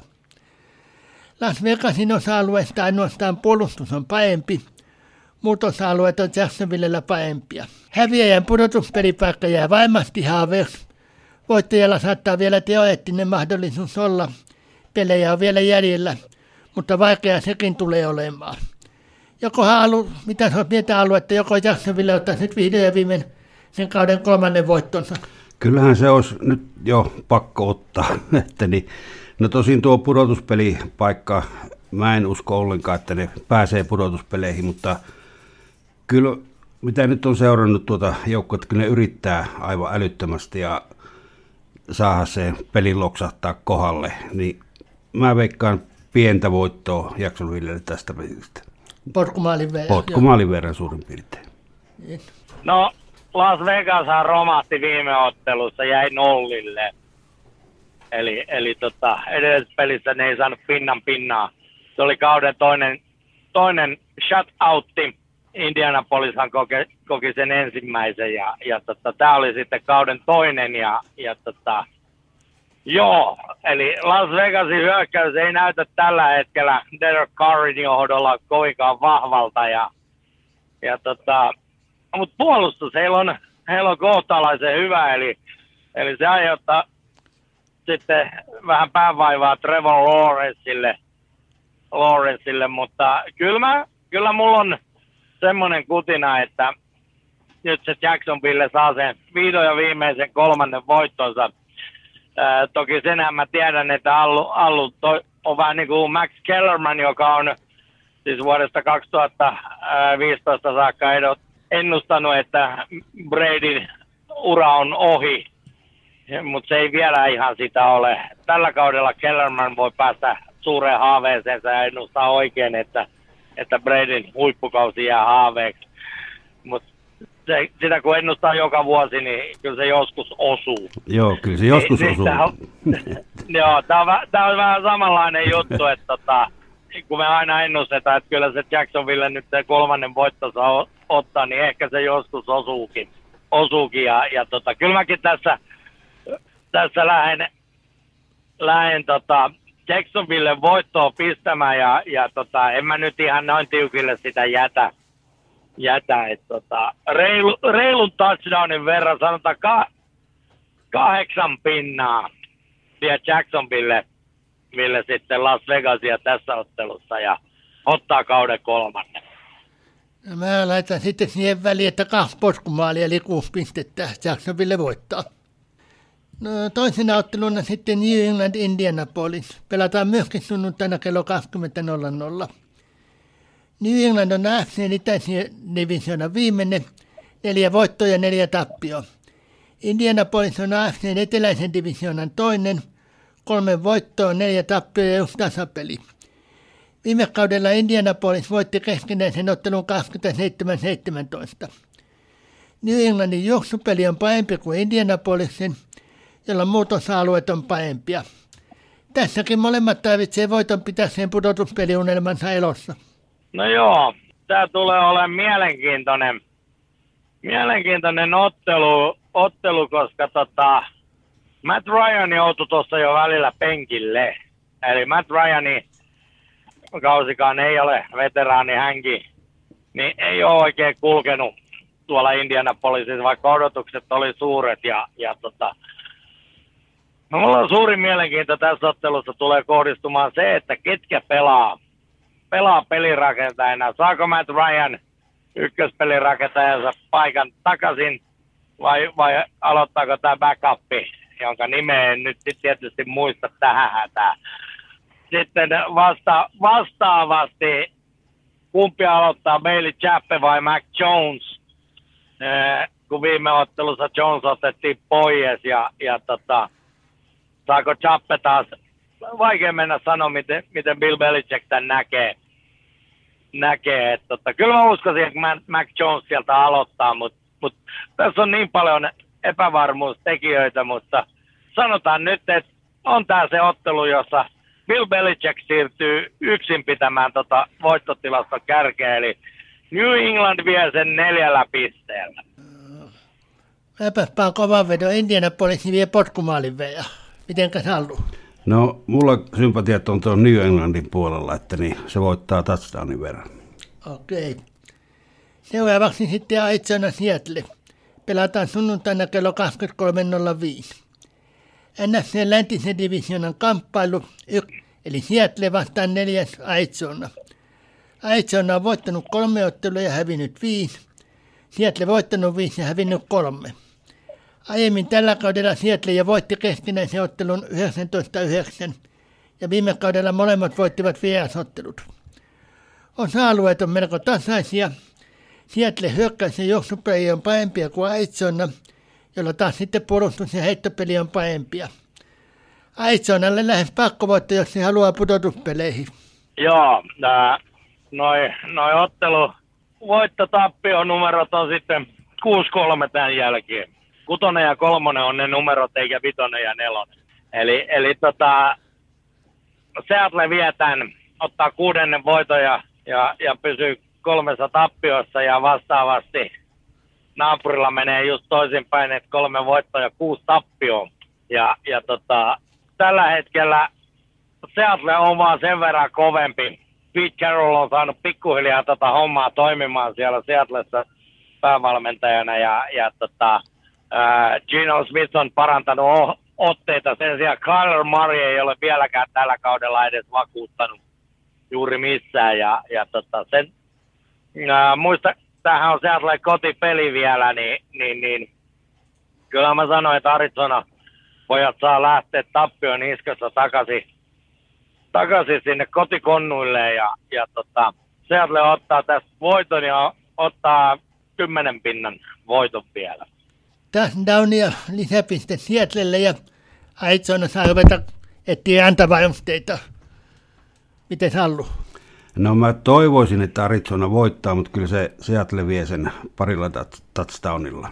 Las Vegasin osa-alueesta ainoastaan puolustus on paempi. Muut osa-alueet on Jacksonvillellä paempia. Häviäjän pudotuspelipaikka jää vaimasti haaveeksi. Voittajalla saattaa vielä teoreettinen mahdollisuus olla. Pelejä on vielä jäljellä, mutta vaikea sekin tulee olemaan. Joko halu, mitä sä oot mieltä aluetta, joko Jacksonville ottaisi nyt vihdoin ja viimein sen kauden kolmannen voittonsa? Kyllähän se olisi nyt jo pakko ottaa. että niin, no tosin tuo pudotuspelipaikka, mä en usko ollenkaan, että ne pääsee pudotuspeleihin, mutta kyllä mitä nyt on seurannut tuota joukkoa, että kyllä ne yrittää aivan älyttömästi ja saada se pelin loksahtaa kohdalle, niin mä veikkaan pientä voittoa Jacksonvillelle tästä pelistä. Potkumaalin verran. Potkumaalin verran suurin piirtein. No, Las Vegashan romahti viime ottelussa, jäi nollille. Eli, eli tota, edellisessä pelissä ne ei saanut pinnan pinnaa. Se oli kauden toinen, toinen shutoutti. Indianapolishan koki, koki sen ensimmäisen ja, ja tota, tämä oli sitten kauden toinen ja, ja tota, joo, eli Las Vegasin hyökkäys ei näytä tällä hetkellä Derek Carrin johdolla kovinkaan vahvalta ja, ja tota, mutta puolustus heillä on, heillä on kohtalaisen hyvä, eli, eli se aiheuttaa sitten vähän päänvaivaa Trevor Lawrencelle, Lawrencelle mutta kyllä, mä, kyllä mulla on semmoinen kutina, että nyt se Jacksonville saa sen vihdoin ja viimeisen kolmannen voittonsa. Ää, toki senhän mä tiedän, että Allu, Allu toi, on vähän niin kuin Max Kellerman, joka on siis vuodesta kaksituhattaviisitoista saakka edot, ennustanut, että Bradyn ura on ohi, mutta se ei vielä ihan sitä ole. Tällä kaudella Kellerman voi päästä suureen haaveeseensa ja ennustaa oikein, että että Bradyn huippukausi jää haaveeksi. Mutta sitä kun ennustaa joka vuosi, niin kyllä se joskus osuu. Joo, kyllä se joskus niin, osuu. Joo, tämä on, on vähän samanlainen juttu, että tota, kun me aina ennustetaan, että kyllä se Jacksonville nyt se kolmannen voitto saa ottaa, niin ehkä se joskus osuukin. osuukin. Ja, ja tota, kyllä mäkin tässä, tässä lähden, lähden tota, Jacksonville voittoa pistämään ja, ja tota, en mä nyt ihan noin tiukille sitä jätä. jätä et, tota, reilu, reilun touchdownin verran, sanotaan ka, kahdeksan pinnaa vie Jacksonville mille sitten Las Vegasia tässä ottelussa ja ottaa kauden kolmannen. No mä laitan sitten siihen väliin, että kaksi potkumaalia eli kuusi pistettä Jacksonville voittaa. No, toisena otteluna sitten New England Indianapolis. Pelataan myöskin sunnuntaina kello kaksikymmentä nolla nolla. New England on A F C:n itäisen divisioonan viimeinen, neljä voittoa ja neljä tappioa. Indianapolis on A F C:n eteläisen divisioonan toinen, kolme voittoa, neljä tappioa ja yksi tasapeli. Viime kaudella Indianapolis voitti keskinäisen ottelun kaksikymmentäseitsemän seitsemäntoista. New Englandin juoksupeli on parempi kuin Indianapolisen, jolla muut osa-alueet on parempia. Tässäkin molemmat tarvitsee voiton pitääkseen pudotuspeliunelmansa elossa. No joo, tämä tulee olemaan mielenkiintoinen, mielenkiintoinen ottelu, ottelu koska tota, Matt Ryan joutui tuossa jo välillä penkille. Eli Matt Ryanin kausikaan ei ole veteraani hänkin, niin ei ole oikein kulkenut tuolla Indianapolisissa, vaikka odotukset oli suuret. Ja, ja tota, no, mulla on suurin mielenkiinto tässä ottelussa tulee kohdistumaan se, että ketkä pelaa, pelaa pelirakentajana. Saako Matt Ryan ykköspelirakentajansa paikan takaisin vai, vai aloittaako tämä backupi, jonka nimeä en nyt tietysti muista tähän hätään. Sitten vasta, vastaavasti kumpi aloittaa, Bailey Chappe vai Mac Jones, eh, kun viime ottelussa Jones otettiin pois ja, ja tota, saako Chappe taas, vaikea mennä sanoa, miten, miten Bill Belichick tämän näkee. näkee. Että tota, kyllä mä uskoisin, että Mac Jones sieltä aloittaa, mutta mut, tässä on niin paljon epävarmuustekijöitä, mutta sanotaan nyt, että on tää se ottelu, jossa Bill Belichick siirtyy yksin pitämään tota voittotilasta kärkeä, eli New England vie sen neljällä pisteellä. Mäpäs paan kovan vedon. Indianapolis vie potkumaalin veja. Mitenkä Sallu? No, mulla sympatiat on tuon New Englandin puolella, että niin, se voittaa touchdownin verran. Okei. Seuraavaksi sitten Arizona Seattle. Pelataan sunnuntaina kello kaksikymmentäkolme nolla viisi. N F C läntisen divisionan kamppailu, eli Seattle vastaan neljäs Arizona. Arizona on voittanut kolme ottelua ja hävinnyt viisi. Seattle voittanut viisi ja hävinnyt kolme. Aiemmin tällä kaudella Seattle ja voitti keskinäisen ottelun yhdeksäntoista yhdeksän ja viime kaudella molemmat voittivat vierasottelut. Osa-alueet on melko tasaisia. Seattle hyökkäys ja juoksupeli on parempia kuin Arizona, jolla taas sitten puolustus ja heittopeli on parempia. Arizonalle lähes pakkovoitto, jos se haluaa pudotuspeleihin. Joo, nää, noi, noi ottelu voittotappionumerot on sitten kuusi kolme tämän jälkeen. Kutonen ja kolmonen on ne numerot, eikä vitonen ja nelonen. Eli, eli tota, Seattle vie tämän, ottaa kuudennen voiton ja, ja, ja pysyy kolmessa tappiossa ja vastaavasti naapurilla menee just toisinpäin, että kolme voittoa ja kuusi tappioon. Ja, ja tota, tällä hetkellä Seattle on vaan sen verran kovempi. Pete Carroll on saanut pikkuhiljaa tota hommaa toimimaan siellä Seattlessa päävalmentajana ja, ja tota, ää, Geno Smith on parantanut o- otteita. Sen sijaan Kyler Murray ei ole vieläkään tällä kaudella edes vakuuttanut juuri missään. Ja, ja tota, sen, ää, muista, tämähän on Seattle kotipeli vielä, niin, niin, niin kyllä mä sanoin, että Arizona pojat saa lähteä tappioon niskassa takaisin, takaisin sinne kotikonnuille ja, ja tota, Seattle ottaa tästä voiton ja ottaa kymmenen pinnan voiton vielä. Touchdownia lisäpiste Seattlelle ja Arizona saa ruveta etsiä antavarusteita. Miten Sallu? No mä toivoisin, että Arizona voittaa, mutta kyllä se Seattle vie sen parilla touchdownilla.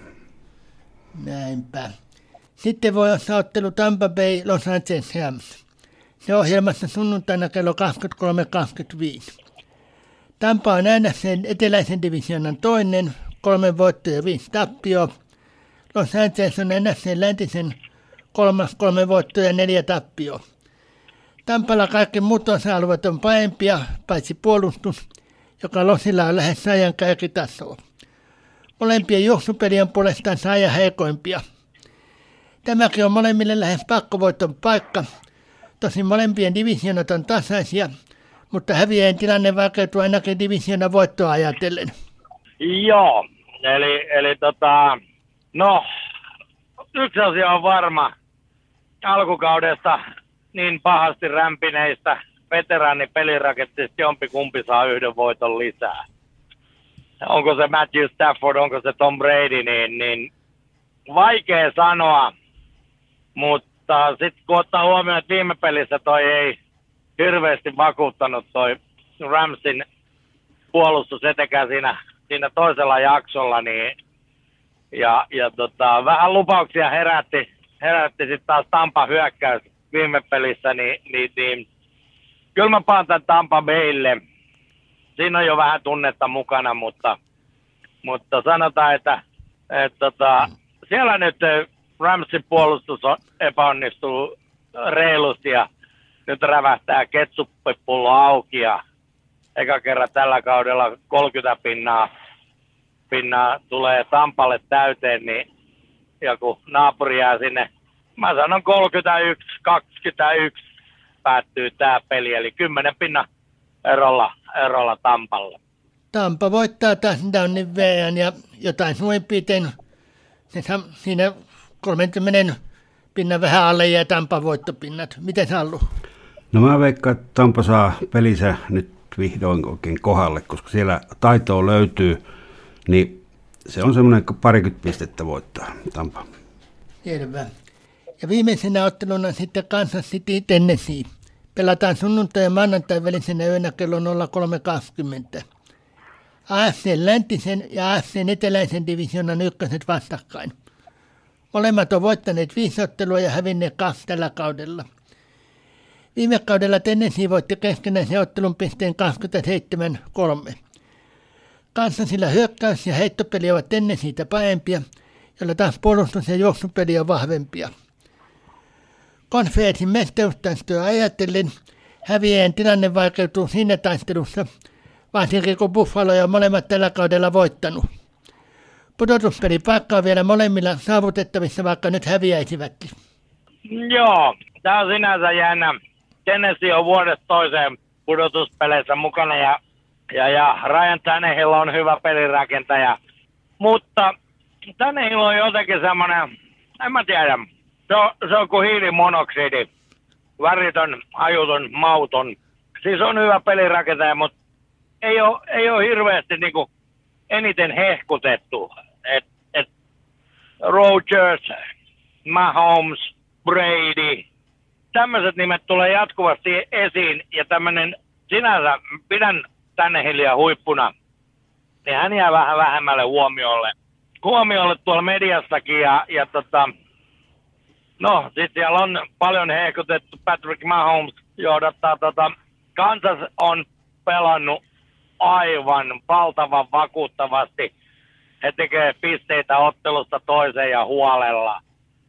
Näinpä. Sitten voi olla ottelu Tampa Bay Los Angeles Rams. Se ohjelmassa sunnuntaina kello kaksikymmentäkolme kaksikymmentäviisi. Tampa on N F C:n eteläisen divisionan toinen, kolme voittoa ja viisi tappioa. Los Angeles on N F C:n läntisen kolmas, kolme voittoa ja neljä tappioa. Tampalla kaikki muut osa-alueet on parempia, paitsi puolustus, joka Losilla on lähes saajan kärkitasoa. Molempien juoksupelien puolestaan saajan heikoimpia. Tämäkin on molemmille lähes pakkovoiton paikka. Tosin molempien divisionat on tasaisia, mutta häviäjän tilanne vaikeutuu ainakin divisiona voittoa ajatellen. Joo, eli, eli tota, no, yksi asia on varma. Alkukaudesta niin pahasti rämpineistä veteraanipelirakettista jompikumpi saa yhden voiton lisää. Onko se Matthew Stafford, onko se Tom Brady, niin, niin vaikea sanoa, mutta sitten kun ottaa huomioon, että viime pelissä toi ei hirveästi vakuuttanut toi Ramsin puolustus etenkään siinä, siinä toisella jaksolla, niin ja, ja tota, vähän lupauksia herätti, herätti sitten taas Tampa hyökkäys viime pelissä, niin, niin, niin kyllä mä paan tämän Tampa Baylle. Siinä on jo vähän tunnetta mukana, mutta, mutta sanotaan, että, että tota, siellä nyt Ramsin puolustus epäonnistuu reilusti ja nyt rävähtää ketsuppipullo auki ja eka kerran tällä kaudella kolmekymmentä pinnaa, pinnaa tulee Tampalle täyteen, niin joku naapuri jää sinne. Mä sanon kolmekymmentäyksi kaksikymmentäyksi päättyy tää peli, eli kymmenen pinnan erolla, erolla Tampalle. Tampa voittaa touchdownin veän ja jotain suurin piirtein siinä kolmenkymmenen pinnan vähän alle ja Tampa voittopinnat. Miten Sallu? No mä veikkaan, että Tampa saa pelinsä nyt vihdoin oikein kohdalle, koska siellä taitoa löytyy, niin se on semmoinen parikymmentä pistettä voittaa Tampa. Selvä. Ja viimeisenä otteluna sitten Kansas City Tennessee. Pelataan sunnuntai- ja maanantai välisenä yönä kello nolla kolme kaksikymmentä. A F C läntisen ja A F C eteläisen divisioonan ykköset vastakkain. Molemmat on voittaneet viisi ottelua ja hävinneet kaksi tällä kaudella. Viime kaudella Tennessee voitti keskenäisen ottelun pisteen kaksikymmentäseitsemän kolme. Kansasilla hyökkäys- ja heittopeli ovat Tennesseetä parempia, jolla taas puolustus- ja juoksupeli on vahvempia. Konferenssin mestaruustaistoa ajatellen häviäjän tilanne vaikeutuu siinä taistelussa, varsinkin kun Buffalo on molemmat tällä kaudella voittanut. Pudotuspelipaikka on vielä molemmilla saavutettavissa, vaikka nyt häviäisivätkin. Joo, tämä on sinänsä jännä. Tennessee on vuodesta toiseen pudotuspeleissä mukana ja, ja, ja Ryan Tannehill on hyvä pelirakentaja. Mutta Tannehill on jotenkin semmoinen, en mä tiedä, se on, se on kuin hiilimonoksidi, väritön, hajuton, mauton. Siis on hyvä pelirakentaja, mutta ei ole, ei ole hirveästi niinku eniten hehkutettu. Et, et Rodgers, Mahomes, Brady, tämmöiset nimet tulee jatkuvasti esiin ja tämmöinen sinänsä pidän Tannehillia huippuna, niin hän jää vähän vähemmälle huomiolle. Huomiolle tuolla mediassakin ja, ja tota, no sit siellä on paljon hehkutettu Patrick Mahomes johdattaa tota, Kansas on pelannut aivan valtavan vakuuttavasti. He tekee pisteitä ottelusta toiseen ja huolella.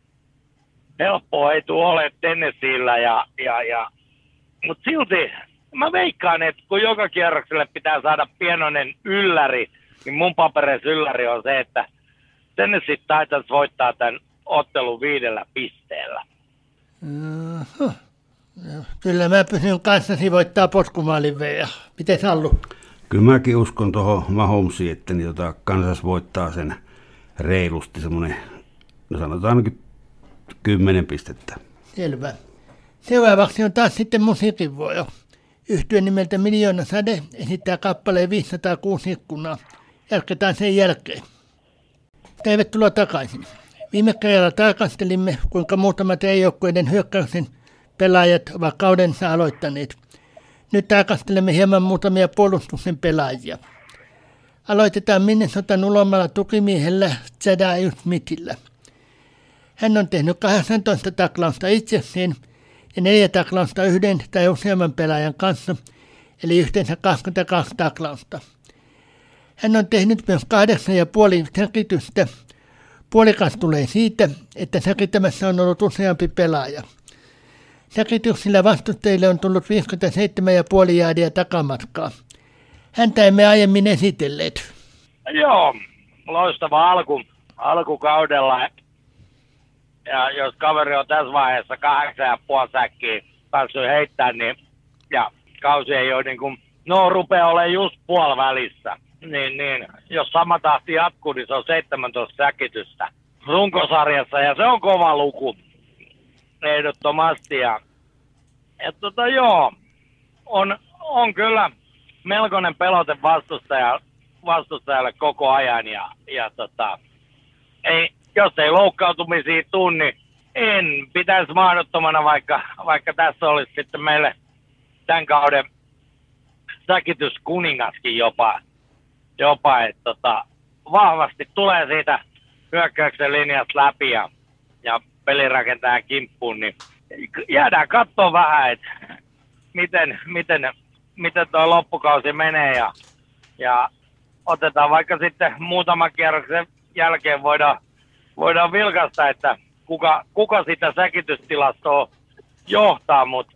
Helppoa ei tule ole Tennesseellä, ja, ja, ja. mutta silti mä veikkaan, että kun joka kierrokselle pitää saada pienoinen ylläri, niin mun papereissa ylläri on se, että Tennessee Titans voittaa tämän ottelun viidellä pisteellä. Uh-huh. Kyllä mä pysyn kanssasi voittaa potkumaalin veja. Miten Sallu? Kyllä mäkin uskon tuohon Mahomesiin, että niin tota Kansas voittaa sen reilusti semmoinen, no sanotaan ainakin kymmenen pistettä. Selvä. Seuraavaksi on taas sitten musiikin vuoro. Yhtye nimeltä Miljoona Sade esittää kappaleen viisisataakuusi ikkunaa. Jatketaan sen jälkeen. Tervetuloa takaisin. Viime kerralla tarkastelimme, kuinka muutamat ei-joukkueiden hyökkäyksen pelaajat ovat kaudensa aloittaneet. Nyt tarkastelemme hieman muutamia puolustuksen pelaajia. Aloitetaan Minnesotan ulomalla tukimiehellä Jadaio Smithillä. Hän on tehnyt kahdeksantoista taklausta itsekseen ja neljä taklausta yhden tai useamman pelaajan kanssa, eli yhteensä kaksikymmentäkaksi taklausta. Hän on tehnyt myös kahdeksan ja puoli säkitystä. Puolikas tulee siitä, että säkittämässä on ollut useampi pelaaja. Säkityksillä vastustajille on tullut viisikymmentäseitsemän pilkku viisi jaadia takamatkaa. Häntä emme aiemmin esitelleet. Joo, loistava alku, alkukaudella. Ja jos kaveri on tässä vaiheessa kahdeksan ja puoli säkkiä päässyt heittämään, niin ja kausi ei ole niin kuin, no rupeaa olemaan just puolivälissä. Niin, niin, jos sama tahti jatkuu, niin se on seitsemäntoista säkitystä runkosarjassa ja se on kova luku. Ehdottomasti. Ja, ja tota joo, on, on kyllä melkoinen pelote vastustaja, vastustajalle koko ajan ja, ja tota, ei, jos ei loukkaantumisia tule, niin en pitäisi mahdottomana, vaikka, vaikka tässä olisi sitten meille tämän kauden säkityskuningaskin jopa, jopa että tota, vahvasti tulee siitä hyökkäyksen linjasta läpi ja, ja pelirakentajan kimppuun, niin jäädään katsoa vähän, että miten, miten, miten tuo loppukausi menee ja, ja otetaan vaikka sitten muutaman kierroksen jälkeen voidaan, voidaan vilkaista, että kuka, kuka sitä säkitystilastoa johtaa, mutta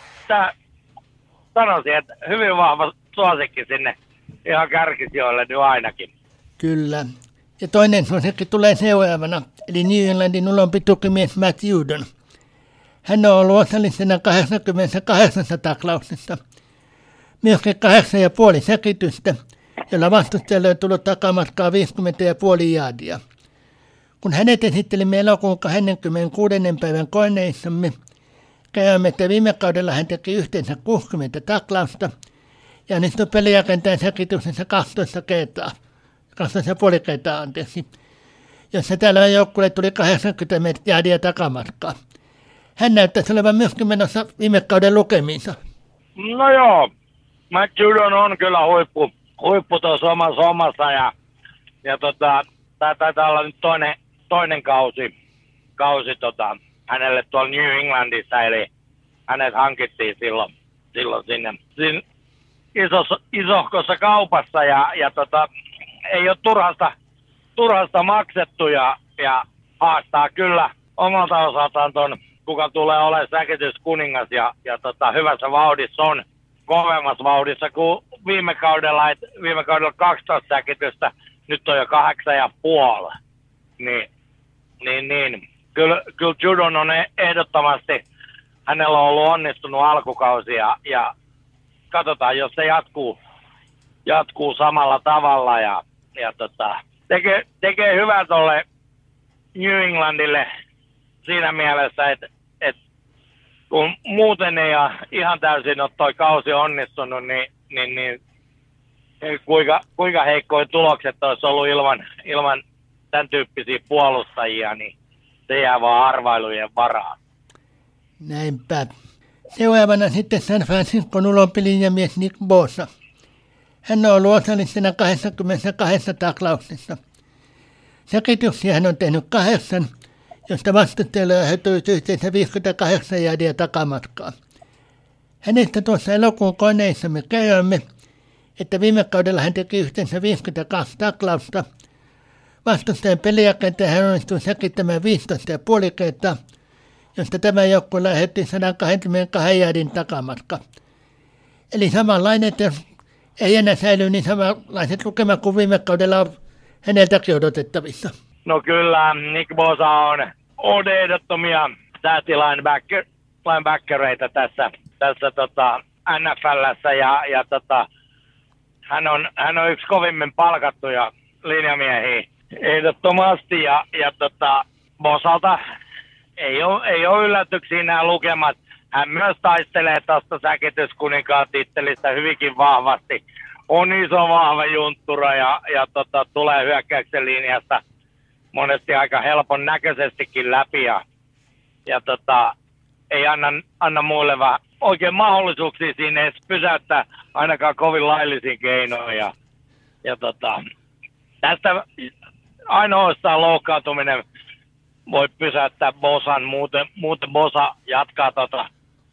sanoisin, että hyvin vahva suosikki sinne ihan kärkisijoille nyt ainakin. Kyllä. Ja toinen suosikki tulee seuraavana, eli New Englandin ulompi tukimies Matt Judon. Hän on ollut osallisena kahdeksankymmentäkahdeksan taklauksesta, myöskin kahdeksan pilkku viisi säkitystä, jolla vastustajalle on tullut takamatkaa viisikymmentä pilkku viisi jaadia. Kun hänet esittelimme elokuun kaksikymmentäkuusi päivän koneissamme, käymme, että viime kaudella hän teki yhteensä kuusikymmentä taklausta ja onnistui pelirakentajan säkityksessä kaksitoista kertaa, kaksitoista pilkku viisi kertaa anteeksi, jossa tällä joukkueelle tuli kahdeksankymmentä jaadia takamatkaa. Hän näyttäisi olevan myöskin menossa viime kauden lukemiinsa. No joo, Matt Judon on kyllä huippu, huippu tuossa omassa omassa ja, ja tota, tää taitaa olla nyt toinen, toinen kausi, kausi tota, hänelle tuolla New Englandissa, eli hänet hankittiin silloin, silloin sinne, sinne isossa, isohkossa kaupassa ja, ja tota, ei ole turhasta, turhasta maksettu ja, ja haastaa kyllä omalta osaltaan ton, kuka tulee olemaan säkityskuningas ja, ja tota, hyvässä vauhdissa on, kovemmassa vauhdissa kuin viime kaudella, et viime kaudella kaksitoista säkitystä, nyt on jo kahdeksan ja puoli. Niin, niin, niin. Kyllä, kyllä Judon on ehdottomasti, hänellä on ollut onnistunut alkukausi ja, ja katsotaan, jos se jatkuu, jatkuu samalla tavalla ja, ja tota, tekee, tekee hyvää tuolle New Englandille siinä mielessä, että et, kun muuten ei ole ihan täysin ole toi kausi onnistunut, niin, niin, niin kuinka, kuinka heikkoja tulokset olisi ollut ilman, ilman tämän tyyppisiä puolustajia, niin se jää vaan arvailujen varaan. Näinpä. Seuraavana sitten San Franciscon ulonpelinjamies Nick Bosa. Hän on ollut osallisena kaksikymmentäkaksi taklauksessa. Säkityksiä hän on tehnyt kahdeksan, josta vastustajalle aiheutui yhteensä viisikymmentäkahdeksan jäädiä takamatkaa. Hänestä tuossa elokuun koneissa me kerromme, että viime kaudella hän teki yhteensä viisikymmentäkaksi taklausta. Vastustajan pelijakenteen hän onnistui säkittämään viisitoista pilkku viisi kertaa, josta tämä joukkue lähetti sata kaksikymmentäkaksi jäädin takamatka. Eli samanlainen, että ei enää säily niin samanlaiset lukemat kuin viime kaudella on häneltäkin odotettavissa. No kyllä, Nick Bosa on, on ehdottomia sääti-linebacker, linebackereita tässä, tässä tota N F L:ssä ja, ja tota, hän, on, hän on yksi kovimmin palkattuja linjamiehiä ehdottomasti ja, ja tota, Bosalta ei ole, ei ole yllätyksiä nämä lukemat. Hän myös taistelee tuosta säkityskuninkaan tittelistä hyvinkin vahvasti. On iso vahva junttura ja, ja tota, tulee hyökkäyksen linjasta monesti aika helpon näköisestikin läpi ja, ja tota, ei anna, anna muille vaan oikein mahdollisuuksia siinä edes pysäyttää ainakaan kovin laillisiin keinoin. Ja, ja tota, tästä ainoastaan loukkaantuminen voi pysäyttää Bosan, muuten, muuten Bosa jatkaa tota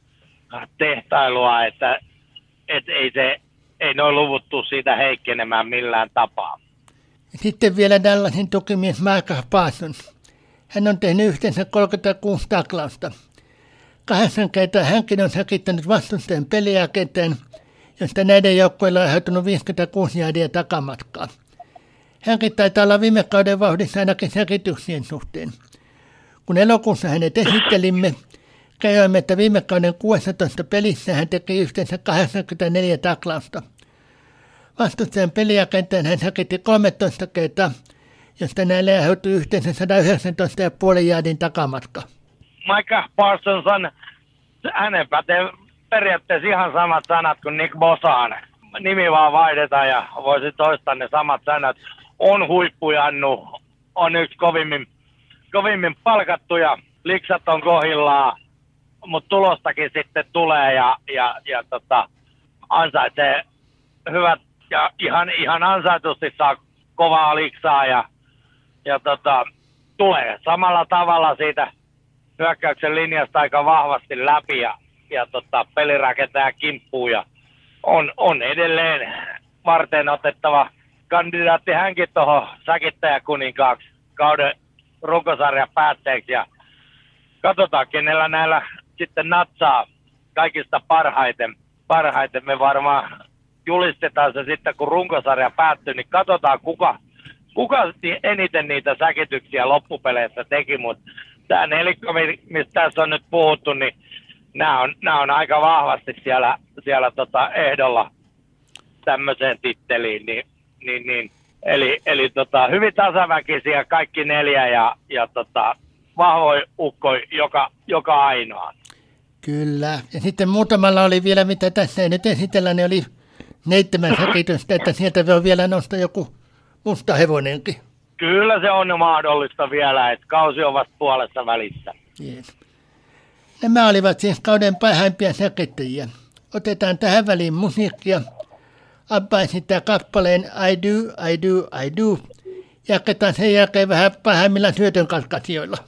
tehtailua, että et ei, se, ei noin luvuttu siitä heikkenemään millään tapaa. Sitten vielä Dallasin tukimies Micah Parsons. Hän on tehnyt yhteensä kolmekymmentäkuusi taklausta. Kahdeksan kertaa hänkin on säkittänyt vastustajan pelijakenteen, josta näiden joukkueilla on aiheutunut viisikymmentäkuusi jäädiä takamatkaa. Hänkin taitaa olla viime kauden vauhdissa ainakin säkityksien suhteen. Kun elokuussa hänet esittelimme, kerroimme, että viime kauden kuusitoista pelissä hän teki yhteensä kahdeksankymmentäneljä taklausta. Vastustajan pelijakenteen hän säkitti kolmetoista kertaa, josta näille aiheutui yhteensä sata yhdeksäntoista pilkku viisi jaadin takamatka. Micah Parsons on, hänen pätee periaatteessa ihan samat sanat kuin Nick Bosaan. Nimi vaan vaihdetaan ja voisi toistaa ne samat sanat. On huippujannu, on yksi kovimmin, kovimmin palkattuja, liksat on kohdillaan, mutta tulostakin sitten tulee ja, ja, ja tota, ansaitsee hyvät ja ihan, ihan ansaitusti saa kovaa liksaa ja, ja tota, tulee samalla tavalla siitä hyökkäyksen linjasta aika vahvasti läpi ja, ja tota, pelirakentaja kimppuu ja on, on edelleen varten otettava kandidaatti hänkin tuohon säkittäjäkuninkaaksi kauden runkosarjan päätteeksi ja katsotaan kenellä näillä sitten natsaa kaikista parhaiten. Parhaiten me varmaan julistetaan se sitten kun runkosarja päättyy, niin katsotaan kuka, kuka eniten niitä säkityksiä loppupeleissä teki, mutta tämä nelikko, mistä tässä on nyt puhuttu, niin nämä on, nämä on aika vahvasti siellä, siellä tota ehdolla tämmöiseen titteliin. Niin, niin, niin. Eli, eli tota, hyvin tasaväkisiä kaikki neljä ja, ja tota, vahvoi ukkoi joka, joka ainoa. Kyllä. Ja sitten muutamalla oli vielä, mitä tässä ei nyt esitellä, ne oli seitsemän säkitystä, että sieltä voi vielä nostaa joku musta hevonenkin. Kyllä se on jo mahdollista vielä, että kausi on vasta puolessa välissä. Yes. Nämä olivat siis kauden parhaimpia säkettäjiä. Otetaan tähän väliin musiikkia. Abba esittää kappaleen I do, I do, I do. Jatketaan sen jälkeen vähän parhaimmilla syötönkarkkasijoilla.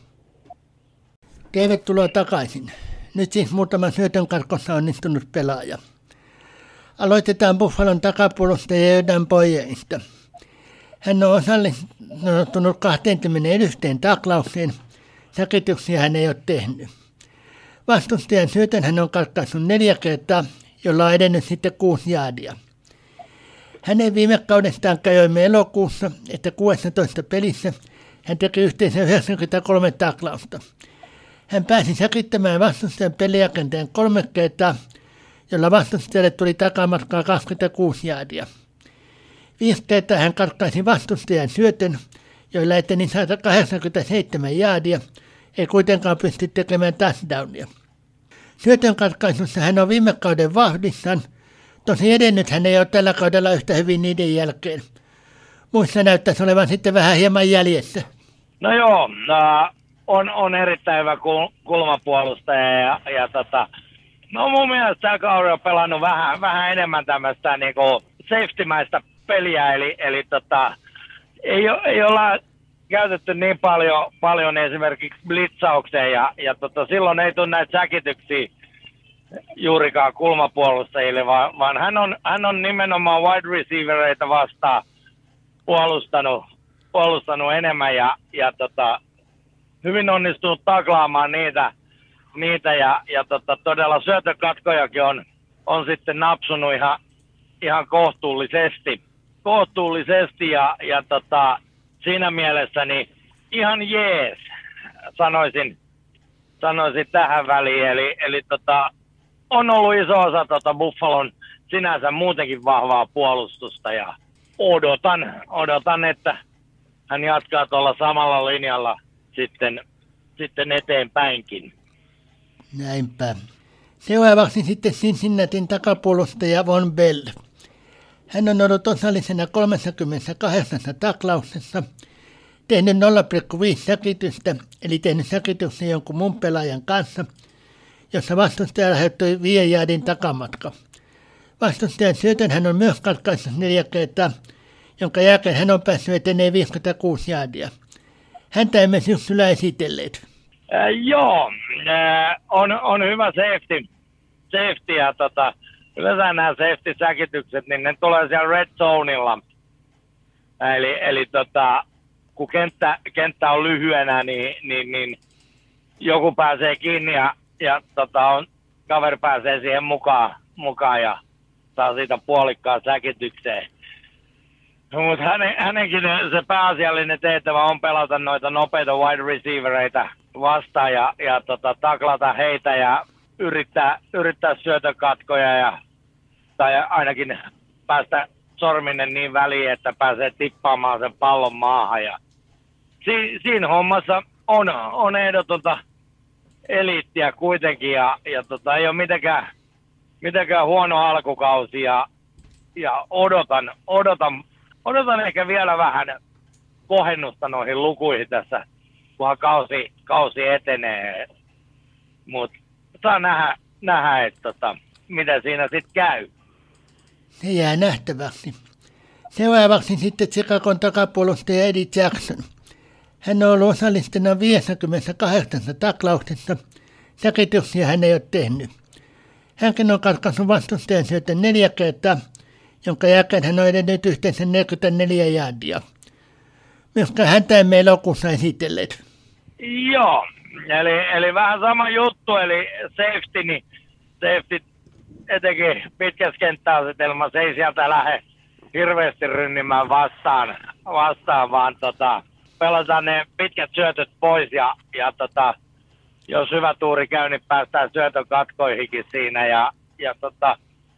Tervetuloa takaisin. Nyt siis muutama syötönkarkossa onnistunut pelaaja. Aloitetaan Buffalon takapuolustaja Jordan Poyerista. Hän on osallistunut kaksikymmentäyksi taklaukseen. Säkityksiä hän ei ole tehnyt. Vastustajan syötön hän on katkaissut neljä kertaa, jolla on edennyt sitten kuusi jaadia. Hänen viime kaudestaan käjoimme elokuussa, että kuusitoista pelissä hän teki yhteensä yhdeksänkymmentäkolme taklausta. Hän pääsi säkittämään vastustajan peliakenteen kolme kertaa, jolla vastustajalle tuli takamatkaa kaksikymmentäkuusi jaadia. Viisi kertaa hän katkaisi vastustajan syötön, joilla eteni sata kahdeksankymmentäseitsemän jaadia, ei kuitenkaan pysty tekemään touchdownia. Syötön katkaisussa hän on viime kauden vauhdissaan, tosi edennyt hän ei ole tällä kaudella yhtä hyvin niiden jälkeen. Muissa näyttäisi olevan sitten vähän hieman jäljessä. No joo, uh, on, on erittäin hyvä kul- kulmapuolustaja ja, ja tota, no mun mielestä tämä kauden on pelannut vähän, vähän enemmän tämmöistä niinku safety-mäistä peliä, eli, eli tota, ei, o, ei olla käytetty niin paljon, paljon esimerkiksi blitzaukseen ja, ja tota, silloin ei tule näitä säkityksiä juurikaan kulmapuolustajille, vaan, vaan hän, on, hän on nimenomaan wide receivereita vastaan puolustanut, puolustanut enemmän ja, ja tota, hyvin onnistunut taklaamaan niitä, niitä ja, ja tota, todella syötökatkojakin on, on sitten napsunut ihan, ihan kohtuullisesti, kohtuullisesti ja, ja tota, siinä mielessä niin ihan jees, sanoisin, sanoisin tähän väliin. Eli, eli tota, on ollut iso osa tota Buffalon sinänsä muutenkin vahvaa puolustusta ja odotan, odotan että hän jatkaa tuolla samalla linjalla sitten, sitten eteenpäinkin. Näinpä. Seuraavaksi sitten Cincinnatin takapuolustaja Von Bell. Hän on ollut osallisena kolmekymmentäkahdeksan taklauksessa, tehnyt nolla pilkku viisi säkitystä, eli tehnyt säkityksen jonkun muun pelaajan kanssa, jossa vastustaja lähettyi viiden jaadin takamatka. Vastustajan syötön hän on myös katkaissut neljä kertaa, jonka jälkeen hän on päässyt eteneen viisikymmentäkuusi jaadia. Häntä emme syksyllä esitelleet. Äh, joo, äh, on, on hyvä safety, safety ja tota, yleensä nämä safety-säkitykset, niin ne tulee siellä red zoneilla. Eli, eli tota, kun kenttä, kenttä on lyhyenä, niin, niin, niin joku pääsee kiinni ja, ja tota, on, kaveri pääsee siihen mukaan, mukaan ja saa siitä puolikkaan säkitykseen. Mutta hänen, hänenkin se pääasiallinen tehtävä on pelata noita nopeita wide receivereita vastaan ja, ja tota, taklata heitä ja yrittää, yrittää syötökatkoja ja tai ainakin päästä sorminen niin väliin, että pääsee tippaamaan sen pallon maahan. Ja si, siinä hommassa on, on ehdotonta eliittiä kuitenkin ja, ja tota, ei ole mitenkään, mitenkään huono alkukausi ja, ja odotan, odotan, odotan ehkä vielä vähän kohennusta noihin lukuihin tässä, kunhan kausi, kausi etenee. Mutta saa nähdä, nähdä että tota, mitä siinä sitten käy. Se jää nähtäväksi. Seuraavaksi sitten Chicagon takapuolustaja Eddie Jackson. Hän on ollut osallisena viisikymmentäkahdeksan taklauksessa. Säkityksiä hän ei ole tehnyt. Hänkin on katkaissut vastustajan syötön neljä kertaa, jonka jälkeen hän on edennyt yhteensä neljäkymmentäneljä jaadia. Myöskään häntä emme elokuussa esitelleet. Joo, eli, eli vähän sama juttu, eli safety, niin safety etenkin pitkässä kenttäasetelmassa ei sieltä lähde hirveästi rynnimään vastaan, vastaan vaan tota, pelataan ne pitkät syötöt pois ja, ja tota, jos hyvä tuuri käy, niin päästään syötön katkoihinkin siinä ja, ja tota,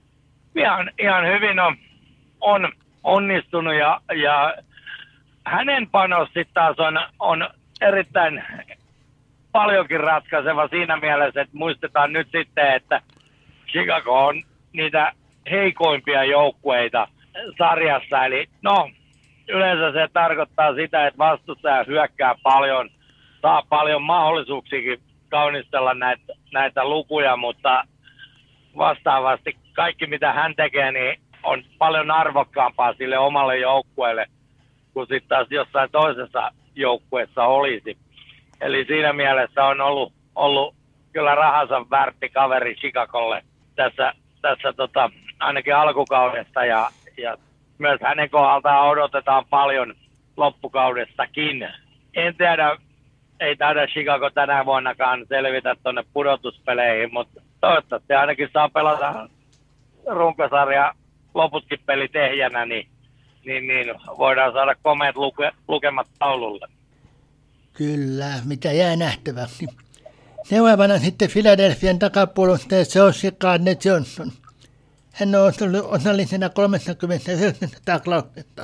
ihan, ihan hyvin on, on onnistunut ja, ja hänen panos sitten taas on, on erittäin paljonkin ratkaiseva siinä mielessä, että muistetaan nyt sitten, että Chicago on niitä heikoimpia joukkueita sarjassa. Eli no, yleensä se tarkoittaa sitä, että vastustaja hyökkää paljon, saa paljon mahdollisuuksiakin kaunistella näitä näitä lukuja, mutta vastaavasti kaikki mitä hän tekee, niin on paljon arvokkaampaa sille omalle joukkueelle, kuin sitten taas jossain toisessa joukkueessa olisi. Eli siinä mielessä on ollut, ollut kyllä rahansa värtti kaveri Chicagolle tässä, tässä tota, ainakin alkukaudesta ja, ja myös hänen kohdaltaan odotetaan paljon loppukaudestakin. En tiedä, ei taida Chicago tänä vuonnakaan selvitä tuonne pudotuspeleihin, mutta toivottavasti ainakin saa pelata runkosarja loputkin pelit ehjänä, niin, niin, niin voidaan saada komeat luke, lukemat taululle. Kyllä, mitä jää nähtäväksi. Seuraavana sitten Philadelphian takapuolustaja Sauce Gardner-Johnson. Hän on ollut osallisena kolmekymmentäyhdeksän taklauksesta.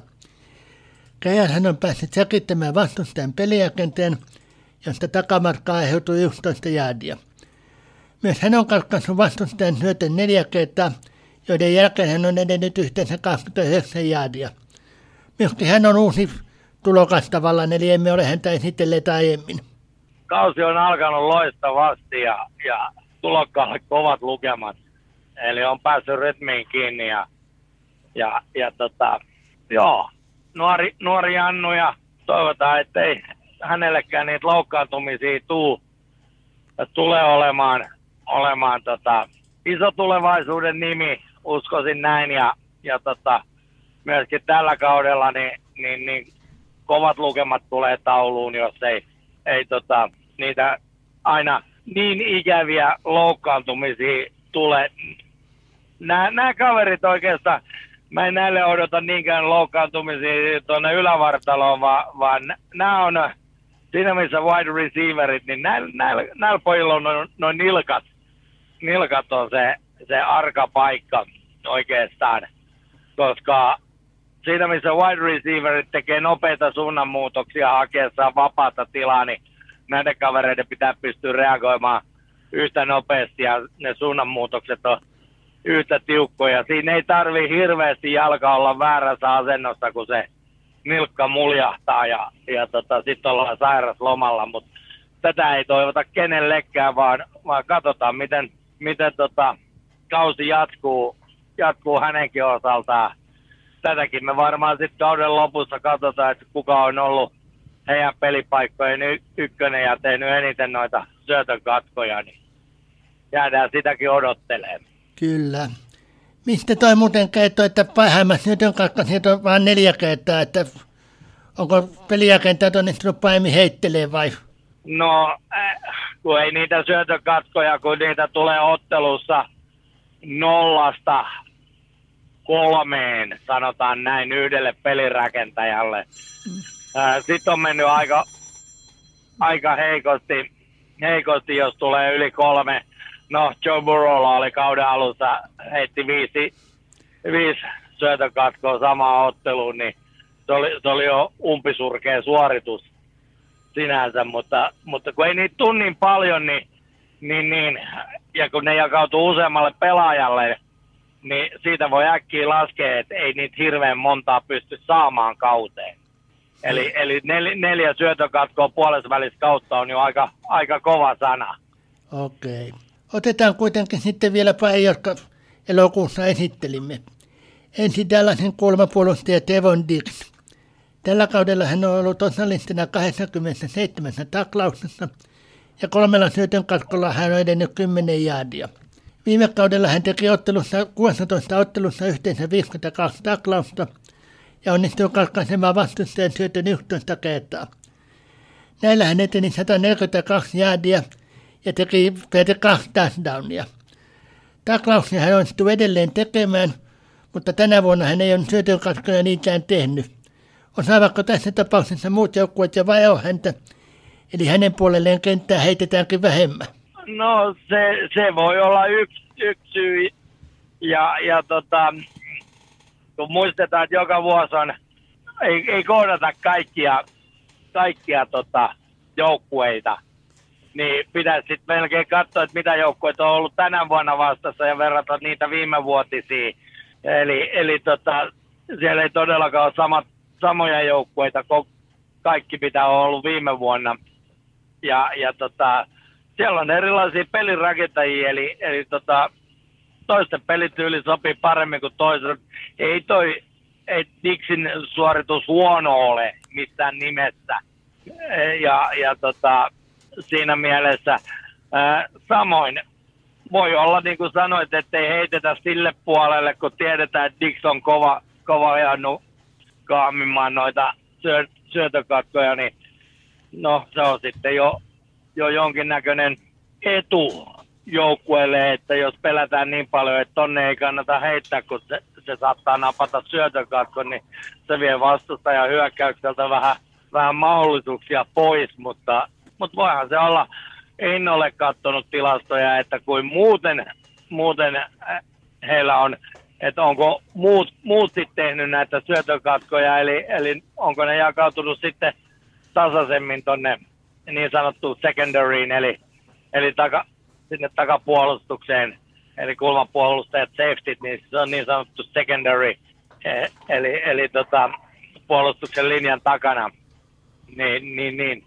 Kajal hän on päässyt säkittämään vastustajan peliakenteen, josta takamatkaa aiheutui yksitoista jäädiä. Myös hän on katkaissut vastustajan syötön neljä kertaa, joiden jälkeen hän on edennyt yhteensä kaksikymmentäyhdeksän jäädiä. Myöskin hän on uusi tulokas tavallaan, eli emme ole häntä esitelleet aiemmin. Kausi on alkanut loistavasti ja, ja tulokkaalle kovat lukemat. Eli on päässyt rytmiin kiinni ja, ja, ja tota, joo, nuori, nuori Jannu ja toivotaan, ettei hänellekään niitä loukkaantumisia tuu. Tulee olemaan, olemaan tota, iso tulevaisuuden nimi, uskoisin näin ja, ja tota, myöskin tällä kaudella niin, niin, niin kovat lukemat tulee tauluun, jos ei, ei tota, niitä aina niin ikäviä loukkaantumisia tule. Nämä, nämä kaverit oikeastaan, mä en näille odota niinkään loukkaantumisia tuonne ylävartaloon, vaan, vaan nämä on siinä missä wide receiverit, niin näillä, näillä, näillä pojilla on noin, noin nilkat. Nilkat on se, se arka paikka oikeastaan, koska siinä missä wide receiverit tekee nopeita suunnanmuutoksia hakeessaan vapaata tilaa, niin näiden kavereiden pitää pystyä reagoimaan yhtä nopeasti ja ne suunnanmuutokset on yhtä tiukkoja. Siinä ei tarvii hirveästi jalka olla väärässä asennossa, kun se nilkka muljahtaa ja, ja tota, sitten ollaan sairaslomalla, mutta tätä ei toivota kenellekään, vaan, vaan katsotaan, miten, miten tota, kausi jatkuu, jatkuu hänenkin osaltaan. Tätäkin me varmaan sitten kauden lopussa katsotaan, että kuka on ollut heidän pelipaikkojen y- ykkönen ja tehnyt eniten noita syötön katkoja, niin jäädään sitäkin odottelemaan. Kyllä. Mistä toi muuten kertoo, että parhaimmat syötön katkaiset on vain neljä kertaa, että onko peliakentajat onnistunut pahemmin heittelee vai? No, äh, kun ei niitä syötökatkoja, kun niitä tulee ottelussa nollasta kolmeen, sanotaan näin, yhdelle pelirakentajalle. Äh, Sitten on mennyt aika, aika heikosti, heikosti, jos tulee yli kolme. No, Joe Burrowlla oli kauden alussa, heitti viisi, viisi syötökatkoa samaan otteluun, niin se oli, se oli jo umpisurkea suoritus sinänsä, mutta, mutta kun ei niitä tule niin paljon, niin, niin, niin, ja kun ne jakautuu useammalle pelaajalle, niin siitä voi äkkiä laskea, että ei niitä hirveän montaa pysty saamaan kauteen. Eli, eli nel, neljä syötökatkoa puolessa välissä kautta on jo aika, aika kova sana. Okei. Otetaan kuitenkin sitten vielä pari, jotka elokuussa esittelimme. Ensin tällaisen kulmapuolustaja Devon Dix. Tällä kaudella hän on ollut osallisena kaksikymmentäseitsemän taklauksessa ja kolmella syötön katkolla hän on edennyt kymmenen jaadia. Viime kaudella hän teki ottelussa, kuusitoista ottelussa yhteensä viisikymmentäkaksi taklausta ja onnistui katkaisemaan vastustajan syötön yksitoista kertaa. Näillä hän eteni sata neljäkymmentäkaksi jaadia ja teki peräti kaksi touchdownia. Taklauksia hän onnistui edelleen tekemään, mutta tänä vuonna hän ei ole syötön katkoja niinkään tehnyt. Osaavatko tässä tapauksessa muut joukkueet ja vai on häntä? Eli hänen puolelleen kenttää heitetäänkin vähemmän. No se, se voi olla yksi, yksi syy. Ja, ja tota, kun muistetaan, että joka vuosi on, ei, ei kohdata kaikkia, kaikkia tota, joukkueita, niin pitäisi sitten melkein katsoa, että mitä joukkueita on ollut tänä vuonna vastassa ja verrata niitä viimevuotisiin. Eli, eli tota, siellä ei todellakaan ole samat, samoja joukkueita, kaikki mitä on ollut viime vuonna. Ja, ja tota, siellä on erilaisia pelirakentajia, eli, eli tota, toisten pelityyli sopii paremmin kuin toisen. Ei toi ei Dixin suoritus huono ole missään nimessä. Ja, ja tota, siinä mielessä ää, samoin voi olla, niin kuin sanoit, ettei heitetä sille puolelle, kun tiedetään, että Dix on kova, kova ajanut kaamimaan noita syö, syötökatkoja, niin no se on sitten jo, jo jonkinnäköinen etu joukkueelle, että jos pelätään niin paljon, että tonne ei kannata heittää, kun se, se saattaa napata syötökatkon, niin se vie vastustajan hyökkäykseltä vähän, vähän mahdollisuuksia pois, mutta, mutta voihan se olla, en ole katsonut tilastoja, että kuin muuten, muuten heillä on, että onko muut, muut sitten tehnyt näitä syötökatkoja, eli, eli onko ne jakautunut sitten tasaisemmin tonne niin sanottuun secondaryin, eli, eli taka, sinne takapuolustukseen, eli kulmapuolustajat, safetyt, niin se on niin sanottu secondary, eli, eli tota, puolustuksen linjan takana. Niin, niin, niin.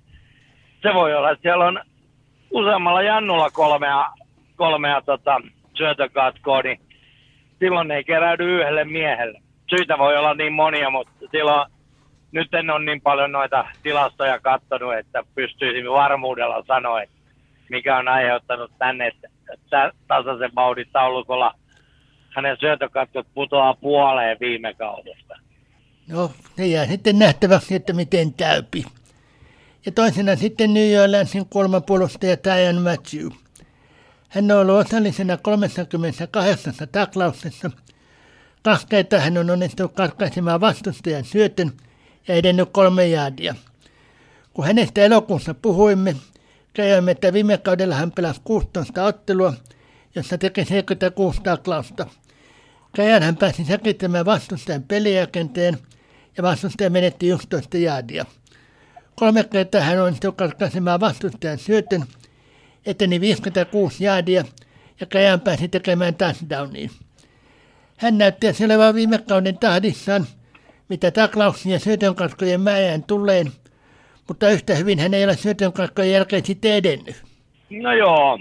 Se voi olla, että siellä on useammalla jannulla kolmea, kolmea tota, syötökatkoa, niin silloin ei keräydy yhdelle miehelle. Syitä voi olla niin monia, mutta silloin nyt en ole niin paljon noita tilastoja katsonut, että pystyisin varmuudella sanoa, että mikä on aiheuttanut tänne, että tasaisen vauhdin taulukolla hänen syötökatkot putoaa puoleen viime kaudesta. No, se jää sitten nähtäväksi, että miten täypi. Ja toisena sitten New Orleansin kulmapuolustaja Tyrann Mathieu. Hän on ollut osallisena kolmekymmentäkahdeksan taklauksessa. Kaksi kertaa hän on onnistunut katkaisemaan vastustajan syötön ja edennyt kolme jaadia. Kun hänestä elokuussa puhuimme, käydämme, että viime kaudella hän pelasi kuusitoista ottelua, jossa teki seitsemänkymmentäkuusi taklausta. Käydän hän pääsi säkittämään vastustajan pelijakenteen ja vastustaja menetti yksitoista jaadia. Kolme kertaa hän onnistui katkaisemaan vastustajan syötön, eteni viisikymmentäkuusi jaadia ja Käydän pääsi tekemään touchdowniin. Hän näytti olevan viime kauden tahdissaan, mitä taklauksia ja syötönkatkojen määrään tulee, mutta yhtä hyvin hän ei ole syötönkatkojen jälkeen sitten edennyt. No joo,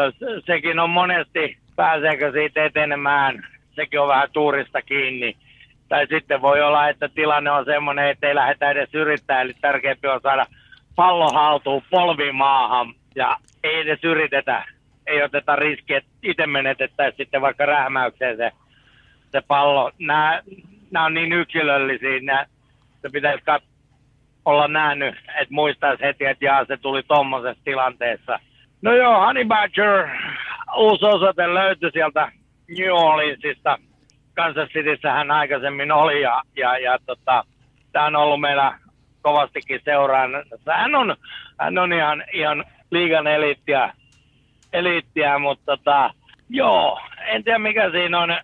sekin on monesti, pääseekö siitä etenemään, sekin on vähän tuurista kiinni. Tai sitten voi olla, että tilanne on semmoinen, että ei lähdetä edes yrittää, eli tärkeämpi on saada pallo haltuun polvimaahan ja ei edes yritetä, ei oteta riskiä, että itse menetettäisiin sitten vaikka rähmäykseen se, se pallo. Nämä, nämä on niin yksilöllisiä, nämä, se pitäisi kat- olla nähnyt, että muistaisi heti, että jaa, se tuli tommosessa tilanteessa. No joo, Honey Badger, uusi osoite löytyi sieltä New Orleansista. Kansas Cityssä hän aikaisemmin oli ja, ja, ja tota, tämä on ollut meillä kovastikin seuraan. Hän on, hän on ihan, ihan liigan eliittiä, eliittiä mutta tota, joo, en tiedä mikä siinä on.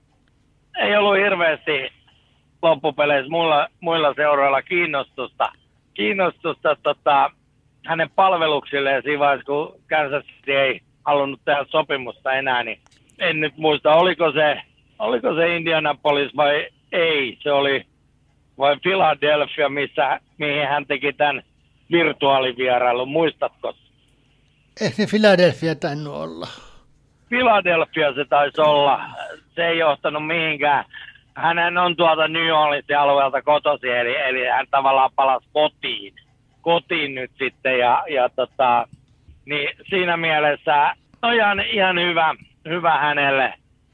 Ei ollut hirveästi loppupeleissä muilla, muilla seuroilla kiinnostusta, kiinnostusta tota, hänen palveluksilleen siinä vaiheessa, kun Kansas City ei halunnut tehdä sopimusta enää, niin en nyt muista, oliko se, oliko se Indianapolis vai ei, se oli vai Philadelphia, missä, mihin hän teki tämän virtuaalivierailun, muistatko? Eikö se Philadelphia tainnut olla? Philadelphia se taisi olla, se ei johtanut mihinkään. Hänen on tuolta New Orleansin alueelta kotoisin, eli, eli hän tavallaan palasi kotiin, kotiin nyt sitten ja, ja tota, niin siinä mielessä on ihan, ihan hyvä, hyvä hänelle,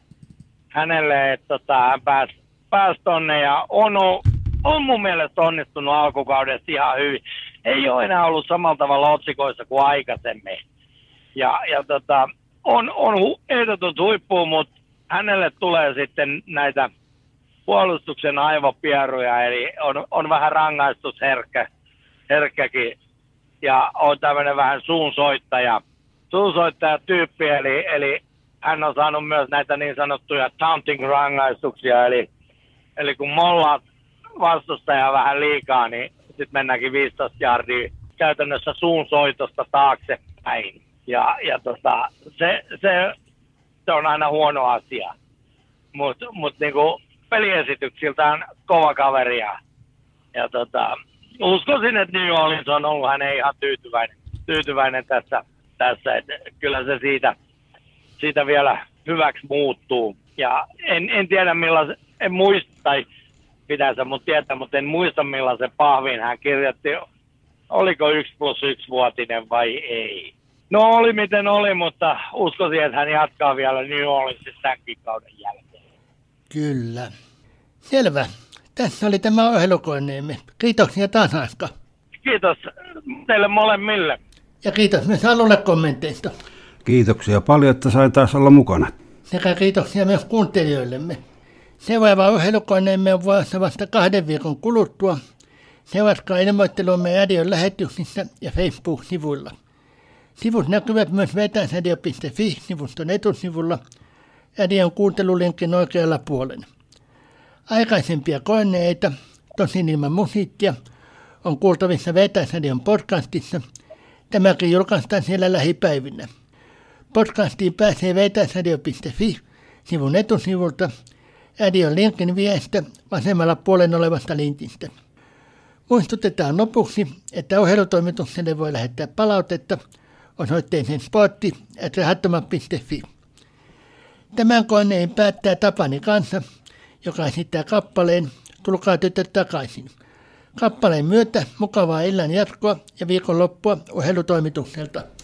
hänelle että tota, hän pääsi pääs tonne ja on, on mun mielestä onnistunut alkukaudesta ihan hyvin. Ei ole enää ollut samalla tavalla otsikoissa kuin aikaisemmin. Ja, ja tota, on, on hu, ehdotut huippuun, mutta hänelle tulee sitten näitä puolustuksen aivopieruja, eli on, on vähän rangaistusherkkä herkkäkin ja on tämmöinen vähän suunsoittaja, suunsoittaja tyyppi, eli, eli hän on saanut myös näitä niin sanottuja taunting-rangaistuksia, eli, eli kun mollaat vastustajaa vähän liikaa, niin sitten mennäänkin viisitoista jardia käytännössä suunsoitosta taaksepäin. Ja, ja tota, se, se, se on aina huono asia, mutta mut niinku peliesityksiltään kova kaveri ja, ja tota, uskoisin, että New Orleans on ollut hänen ihan tyytyväinen, tyytyväinen tässä, tässä. Et kyllä se siitä, siitä vielä hyväksi muuttuu. Ja en, en tiedä millaisen, en muista, tai pitäisi mut tietää, mutta en muista millaisen pahvin hän kirjoitti. Oliko yksi plus yksi vuotinen vai ei? No oli miten oli, mutta uskoisin, että hän jatkaa vielä New Orleansissa tämänkin kauden jälkeen. Kyllä. Selvä. Tässä oli tämä ohjelukoneemme. Kiitoksia taas, Aska. Kiitos teille molemmille. Ja kiitos myös Alulle kommenteista. Kiitoksia paljon, että sain taas olla mukana. Sekä kiitoksia myös kuuntelijoillemme. Seuraava ohjelukoneemme on vuorossa vasta kahden viikon kuluttua. Seuratkaa ilmoittelumme radion lähetyksissä ja Facebook-sivuilla. Sivut näkyvät myös vetäisradio piste fi-sivuston etusivulla radion kuuntelulinkin oikealla puolella. Aikaisempia koneita, tosin ilman musiikkia, on kuultavissa Vetäisradion podcastissa. Tämäkin julkaistaan siellä lähipäivinä. Podcastiin pääsee vetäisradio piste fi-sivun etusivulta radion linkin viestä vasemmalla puolen olevasta linkistä. Muistutetaan lopuksi, että ohjelutoimitukselle voi lähettää palautetta osoitteeseen sportti ät rahattomat piste fi. Tämän koneen päättää Tapani kanssa, joka esittää kappaleen Tulkaa tytöt takaisin. Kappaleen myötä mukavaa illan jatkoa ja viikonloppua ohjelutoimitukselta.